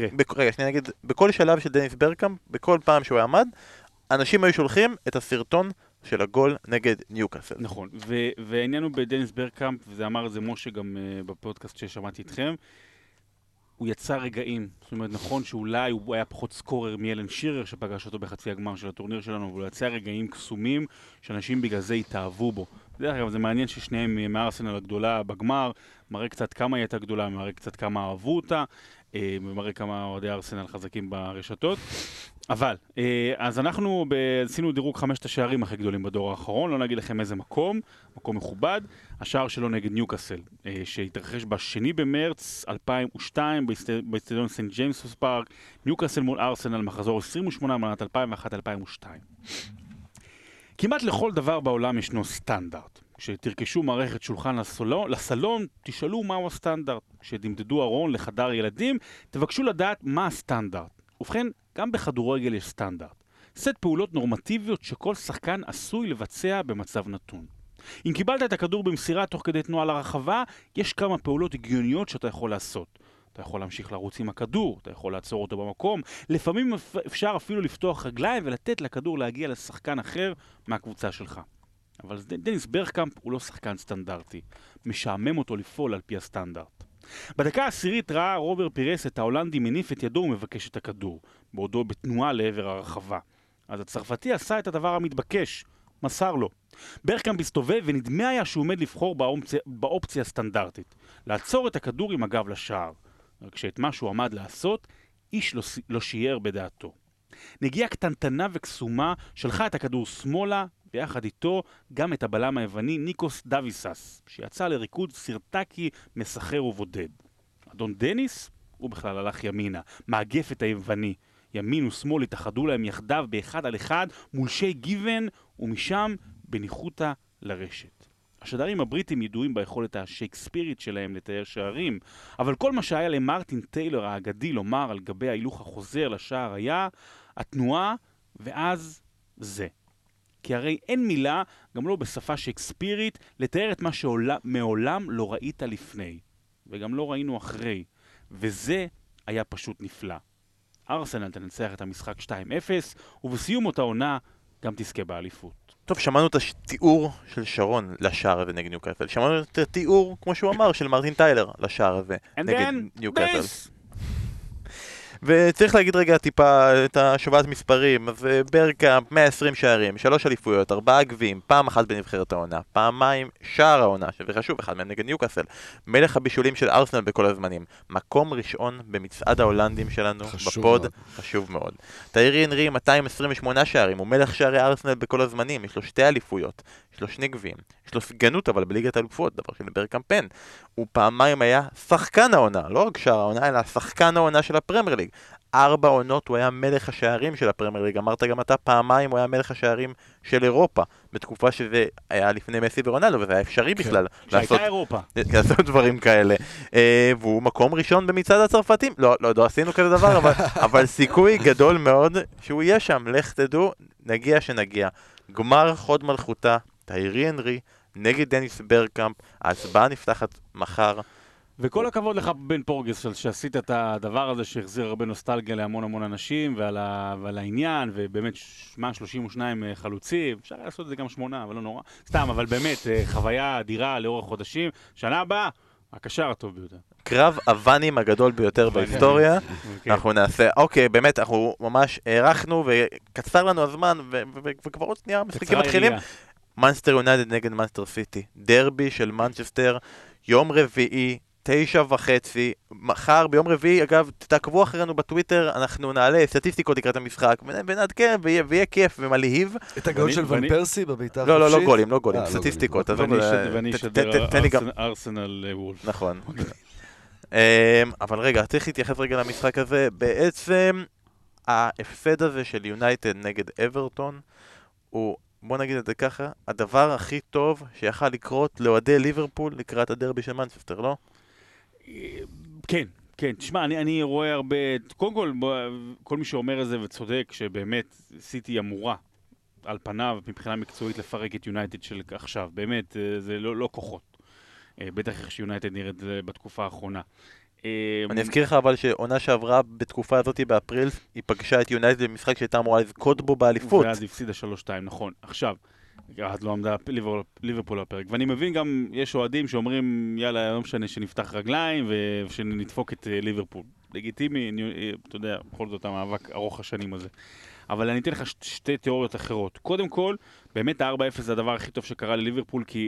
בכל שלב של דניס ברקאמפ, בכל פעם שהוא עמד, אנשים היו שולחים את הסרטון של הגול נגד ניוקאסל. נכון, והעניין הוא בדניס ברקאמפ, וזה אמר את זה משה גם בפודקאסט ששמעתי איתכם, הוא יצא רגעים, זאת אומרת נכון שאולי הוא היה פחות סקורר מאלן שירר שפגש אותו בחצי הגמר של הטורניר שלנו, אבל הוא יצא רגעים קסומים שאנשים בגלל זה התאהבו בו. דרך אגב, זה מעניין ששניהם מארסנל הגדולה בגמר, מראה קצת כמה היא הייתה גדולה, מראה קצת כמה אהבו אותה, ומראה כמה אוהדי ארסנל חזקים ברשתות. אבל, אז אנחנו עשינו דירוג 5 השערים הכי גדולים בדור האחרון, לא נגיד לכם איזה מקום מכובד, השער שלו נגד ניוקאסל, שהתרחש ב2 במרץ 2002 באצטדיון סנט ג'יימס פארק, ניוקאסל מול ארסנל, מחזור 28 מעונת 2001-2002. כמעט לכל דבר בעולם ישנו סטנדרט. כשתרכשו מערכת שולחן לסלון, תשאלו מהו הסטנדרט. כשתמדדו ארון לחדר ילדים, תבקשו לדעת מה הסטנדרט. ובכן, גם בכדורגל יש סטנדרט. סט פעולות נורמטיביות שכל שחקן עשוי לבצע במצב נתון. אם קיבלת את הכדור במסירה תוך כדי תנועה לרחבה, יש כמה פעולות הגיוניות שאתה יכול לעשות. אתה יכול להמשיך לרוץ עם הכדור, אתה יכול לעצור אותו במקום, לפעמים אפשר אפילו לפתוח רגליים ולתת לכדור להגיע לשחקן אחר מהקבוצה שלך. אבל דניס ברקאמפ הוא לא שחקן סטנדרטי, משעמם אותו לפעול על פי הסטנדרט. בדקה העשירית ראה רובר פירס את ההולנדי מניף את ידו ומבקש את הכדור, בעודו בתנועה לעבר הרחבה. אז הצרפתי עשה את הדבר המתבקש, מסר לו. ברקאמפ הסתובב ונדמה היה שהוא עומד לבחור באופציה הסטנדרטית, לעצור את הכדור עם הגב לשער. רק שאת מה שהוא עמד לעשות, איש לא שיער בדעתו. נגיעה קטנטנה וקסומה שלחה את הכדור שמאלה, ויחד איתו גם את הבלם היווני ניקוס דוויסס, שיצא לריקוד סרטקי מסחר ובודד. אדון דניס, הוא בכלל הלך ימינה, מאגף את היווני. ימין ושמאל התאחדו להם יחדיו באחד על אחד מול שי גיוון, ומשם בניחותה לרשת. השדרים הבריטים ידועים ביכולת השייקספירית שלהם לתאר שערים, אבל כל מה שהיה למרטין טיילור האגדי לומר על גבי ההילוך החוזר לשער היה התנועה ואז זה. כי הרי אין מילה, גם לא בשפה שייקספירית, לתאר את מה שמעולם לא ראית לפני, וגם לא ראינו אחרי, וזה היה פשוט נפלא. ארסנל תנצח את המשחק 2-0, ובסיום אותה עונה גם תזכה באליפות. טוב, שמענו את התיאור של שרון לשער הזה נגד ניוקאסל. שמענו את התיאור, כמו שהוא אמר, של מרטין טיילר לשער הזה נגד ניוקאסל. וצריך להגיד רגע טיפה את השוואת מספרים. אז ברקאמפ 120 שערים, 3 אליפויות, 4 גביעים, פעם אחת בנבחרת העונה, פעמיים שער העונה, שזה חשוב, אחד מהם נגד ניוקאסל. מלך הבישולים של ארסנל בכל הזמנים. מקום ראשון במצעד ההולנדים שלנו בפוד, חשוב מאוד. טיירי הנרי 228 שערים, הוא מלך שערי ארסנל בכל הזמנים, יש לו 2 אליפויות, יש לו 2 גביעים, יש לו סגנות אבל בליגת האלופות, דבר של ברקאמפן. הוא פעמיים היה שחקן העונה, לא רק שער העונה, אלא שחקן העונה של הפרמייר ליג. 4 עונות הוא היה מלך השערים של הפרמייר ליג. אמרת גם אתה, פעמיים הוא היה מלך השערים של אירופה, בתקופה שזה היה לפני מסי ורונלדו, וזה היה אפשרי בכלל לעשות דברים כאלה. והוא מקום ראשון במצעד הצרפתים. לא עשינו כזה דבר, אבל סיכוי גדול מאוד שהוא יהיה שם. לך תדעו, נגיע שנגיע. גמר חוד מלכותה, טיירי הנרי נגד דניס ברקאמפ, ההצבעה נפתחת מחר. וכל הכבוד לך בן פורגס שעשית את הדבר הזה שהחזיר הרבה נוסטלגיה להמון אנשים ועל העניין, ובאמת 32 חלוצים, אפשר לעשות את זה גם 8, אבל לא נורא. סתם, אבל באמת חוויה אדירה לאורך חודשים. שנה הבאה, הקשר הטוב ביותר. קרב אבנים הגדול ביותר בהיסטוריה. אנחנו נעשה, אוקיי, באמת, אנחנו ממש הערכנו וקצר לנו הזמן, וכבר עוד שנייה משחקים מתחילים. מנצ'סטר יונייטד נגד מנצ'סטר סיטי. דרבי של מנצ'סטר, יום רביעי, 9:30, מחר ביום רביעי, אגב, תעקבו אחרינו בטוויטר, אנחנו נעלה סטטיסטיקות לקראת המשחק, ונעדכן, ויהיה כיף ומלהיב. את הגול של ון פרסי בביתה החופשית? לא גולים, סטטיסטיקות. ואני אשדר ארסנל וולף. נכון. אבל רגע, צריך להתייחס רגע למשחק הזה. בעצם, ההפסד הזה של יונייטד נגד אברטון, הוא, בוא נגיד את זה ככה, הדבר הכי טוב שיכל לקרות לאוהדי ליברפול לקראת הדרבי של מנצ'סטר, לא? כן, כן. תשמע, אני רואה הרבה... קודם כל, כל מי שאומר את זה וצודק שבאמת סיטי אמורה על פניו מבחינה מקצועית לפרק את יונייטד של עכשיו. באמת, זה לא כוחות. בטח איך שיונייטד נראית בתקופה האחרונה. אני אזכיר לך אבל שעונה שעברה בתקופה הזאת באפריל, היא פגשה את יונייטד במשחק שהייתה אמורה לזכות בו באליפות. ואז הפסידה 3-2, נכון. עכשיו, אז לא עמדה ליברפול בפרק. ואני מבין גם, יש אוהדים שאומרים, יאללה, לא משנה שנפתח רגליים ושנדפוק את ליברפול. לגיטימי, אתה יודע, בכל זאת המאבק ארוך השנים הזה. אבל אני אתן לך שתי תיאוריות אחרות. קודם כל, באמת ה-4-0 זה הדבר הכי טוב שקרה לליברפול, כי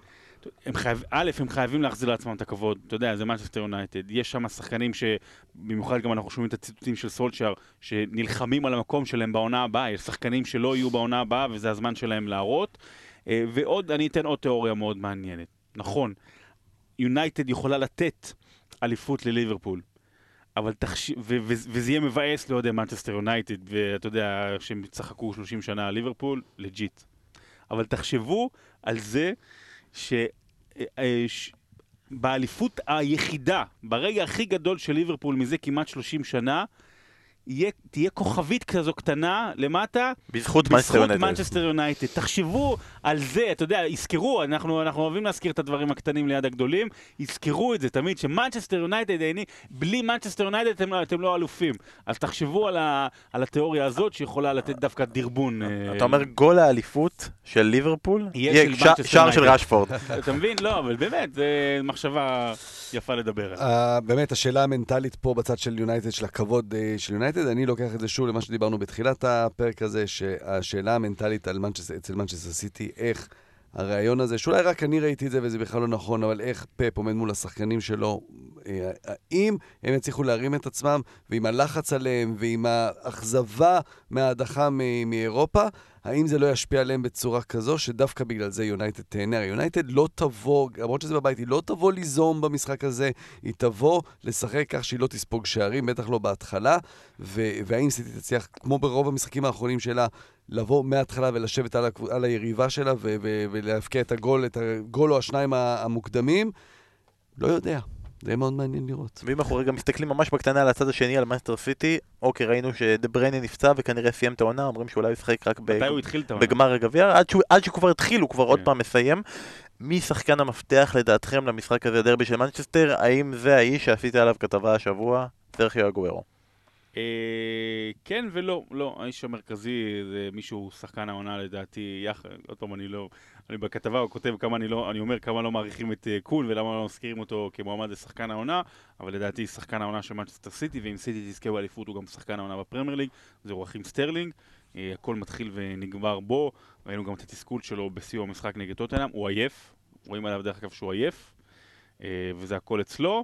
הם חייבים להחזיר לעצמם את הכבוד. אתה יודע, זה מנצ'סטר יונייטד. יש שם שחקנים שבמיוחד גם אנחנו שומעים את הציטוטים של סולשייר, שנלחמים על המקום שלהם בעונה הבאה. יש שחקנים שלא יהיו בעונה הבאה, וזה הזמן שלהם להראות. ועוד, אני אתן עוד תיאוריה מאוד מעניינת. נכון, יונייטד יכולה לתת אליפות לליברפול. אבל וזה יהיה מבאס לעוד מנצ'סטר יונייטד, ואתה יודע, שהם צחקו 30 שנה על ליברפול, לג'יט. אבל תחשבו על זה שבאליפות היחידה, ברגע הכי גדול של ליברפול מזה כמעט 30 שנה, תהיה כוכבית כזו קטנה למטה, בזכות מנצ'סטר יונייטד. תחשבו על זה, אתה יודע, יזכרו, אנחנו אוהבים להזכיר את הדברים הקטנים ליד הגדולים, יזכרו את זה תמיד, שמנצ'סטר יונייטד, בלי מנצ'סטר יונייטד אתם לא אלופים. אז תחשבו על התיאוריה הזאת שיכולה לתת דווקא דרבון. אתה אומר גול האליפות של ליברפול? יהיה שער של רשפורד. אתה מבין? לא, אבל באמת, זה מחשבה יפה לדבר עליה. באמת, השאלה המנטלית פה בצד של יונייטד, של הכבוד של יונייטד, אני לוקח את זה שוב למה שדיברנו בתחילת הפרק הזה, שהשאלה המנטלית אצל מנצ'סטר סיטי, איך הרעיון הזה, שאולי רק אני ראיתי את זה וזה בכלל לא נכון, אבל איך פפ עומד מול השחקנים שלו, האם הם יצליחו להרים את עצמם, ועם הלחץ עליהם, ועם האכזבה מההדחה מאירופה, האם זה לא ישפיע עליהם בצורה כזו, שדווקא בגלל זה יונייטד תהנה? יונייטד לא תבוא, למרות שזה בבית, היא לא תבוא ליזום במשחק הזה, היא תבוא לשחק כך שהיא לא תספוג שערים, בטח לא בהתחלה, והאם סיטי תצליח, כמו ברוב המשחקים האחרונים שלה, לבוא מההתחלה ולשבת על היריבה שלה, ולהפקיע את הגול או השניים המוקדמים, לא יודע. זה מאוד מעניין לראות. ואם אנחנו רגע מסתכלים ממש בקטנה על הצד השני, על מנצ'סטר סיטי, אוקיי, ראינו שדבריינה נפצע וכנראה סיים את העונה, אומרים שאולי הוא ישחק רק בגמר הגביע, עד שהוא כבר התחיל, הוא כבר עוד פעם מסיים. מי שחקן המפתח לדעתכם למשחק הזה, דרבי של מנצ'סטר? האם זה האיש שעשיתי עליו כתבה השבוע, סרחיו אגוארו? כן ולא, לא, האיש המרכזי זה מישהו שחקן העונה לדעתי, עוד פעם אני בכתבה הוא כותב אני אומר כמה לא מעריכים את קול ולמה לא מזכירים אותו כמועמד לשחקן העונה, אבל לדעתי שחקן העונה של מנצ'סטר סיטי, ואם סיטי תזכה באליפות הוא גם שחקן העונה בפרמייר ליג, זה רוחים סטרלינג, הכל מתחיל ונגמר בו, ראינו גם את התסכול שלו בסיום המשחק נגד טוטנהאם, הוא עייף, רואים עליו דרך אגב שהוא עייף, וזה הכל אצלו.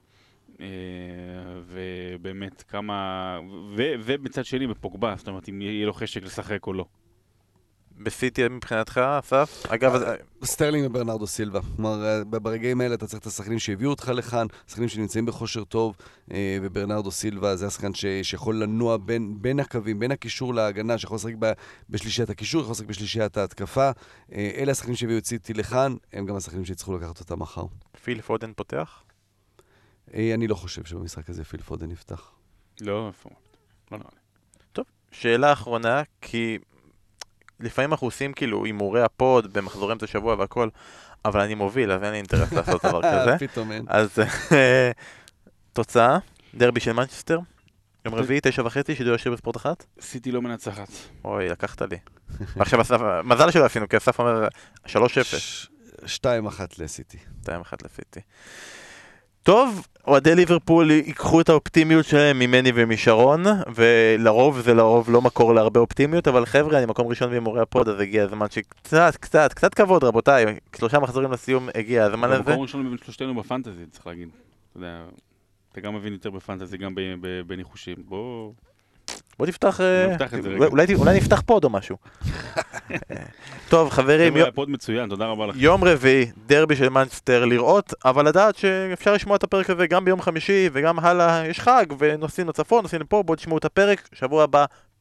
ובאמת כמה ובצד שני בפוגבה, זאת אומרת אם יהיה לו חשק לשחק או לא. בסיטי מבחינתך, אסף? אגב, סטרלינג וברנרדו סילבה. כלומר, ברגעים האלה אתה צריך את השחקנים שהביאו אותך לכאן, שחקנים שנמצאים בכושר טוב, וברנרדו סילבה זה השחקן שיכול לנוע בין הקווים, בין הקישור להגנה, שיכול לשחק בשלישיית הקישור, יכול לשחק בשלישיית ההתקפה. אלה השחקנים שהביאו את סיטי לכאן, הם גם השחקנים שיצטרכו לקחת אותם מחר. פיל פודן פותח? אני לא חושב שבמשחק הזה פיל פודן נפתח. לא, איפה? לא נראה לי. טוב, שאלה אחרונה, כי לפעמים אנחנו עושים כאילו הימורי הפוד במחזורים את השבוע והכל, אבל אני מוביל, אז אין לי אינטרס לעשות דבר כזה. פתאום אין. אז תוצאה, דרבי של מנצ'סטר, יום רביעי, 9:30, שידור ישיר בספורט 1? סיטי לא מנצחת. אוי, לקחת לי. עכשיו, מזל שלא עשינו, כי אסף אומר 3-0. 2-1 לסיטי. 2-1 לסיטי. טוב, אוהדי ליברפול ייקחו את האופטימיות שלהם ממני ומשרון, ולרוב זה לרוב לא מקור להרבה אופטימיות, אבל חבר'ה, אני מקום ראשון בהימורי הפוד, אז הגיע הזמן שקצת כבוד, רבותיי, 3 מחזורים לסיום, הגיע הזמן הזה. מקום ראשון מבין שלושתנו בפנטזי, צריך להגיד. אתה יודע, אתה גם מבין יותר בפנטזי, גם בניחושים. בוא תפתח, אולי נפתח פוד או משהו. טוב חברים, פוד מצוין, תודה רבה לכם. יום רביעי, דרבי של מנצ'סטר לראות, אבל לדעת שאפשר לשמוע את הפרק הזה גם ביום חמישי וגם הלאה, יש חג ונוסעים לצפון, נוסעים לפה, בואו תשמעו את הפרק, שבוע הבא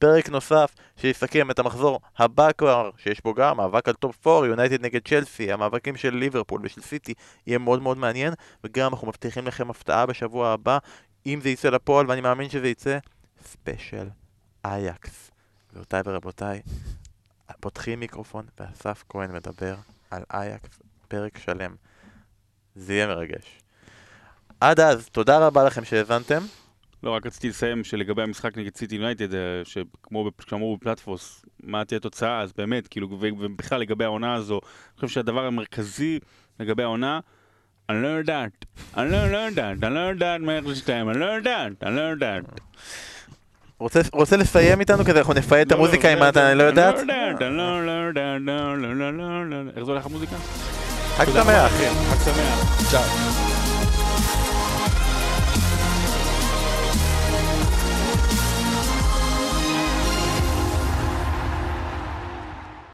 פרק נוסף שיסכם את המחזור הבא כבר, שיש בו גם מאבק על טופ 4, יונייטד נגד צ'לסי, המאבקים של ליברפול ושל סיטי, יהיה מאוד מאוד מעניין, וגם אנחנו מבטיחים לכם הפתעה בשבוע הבא, אם זה יצא לפועל, ואני מאמין שזה יצא, ספיישל אייקס. גבירותיי ורבותיי, פותחים מיקרופון, ואסף כהן מדבר על אייקס, פרק שלם. זה יהיה מרגש. עד אז, תודה רבה לכם שהזנתם. לא, רק רציתי לסיים שלגבי המשחק נגד סיטי יונייטד, שכמו שאמרו בפלטפוס, מה תהיה התוצאה, אז באמת, כאילו, ובכלל לגבי העונה הזו, אני חושב שהדבר המרכזי לגבי העונה, אני לא יודעת, אני לא יודעת מה איך לשתיים, אני לא יודעת. רוצה לסיים איתנו כזה, אנחנו נפייד את המוזיקה אם אתה לא יודעת? איך זה הולך המוזיקה? חג שמח. חג שמח. צ'או.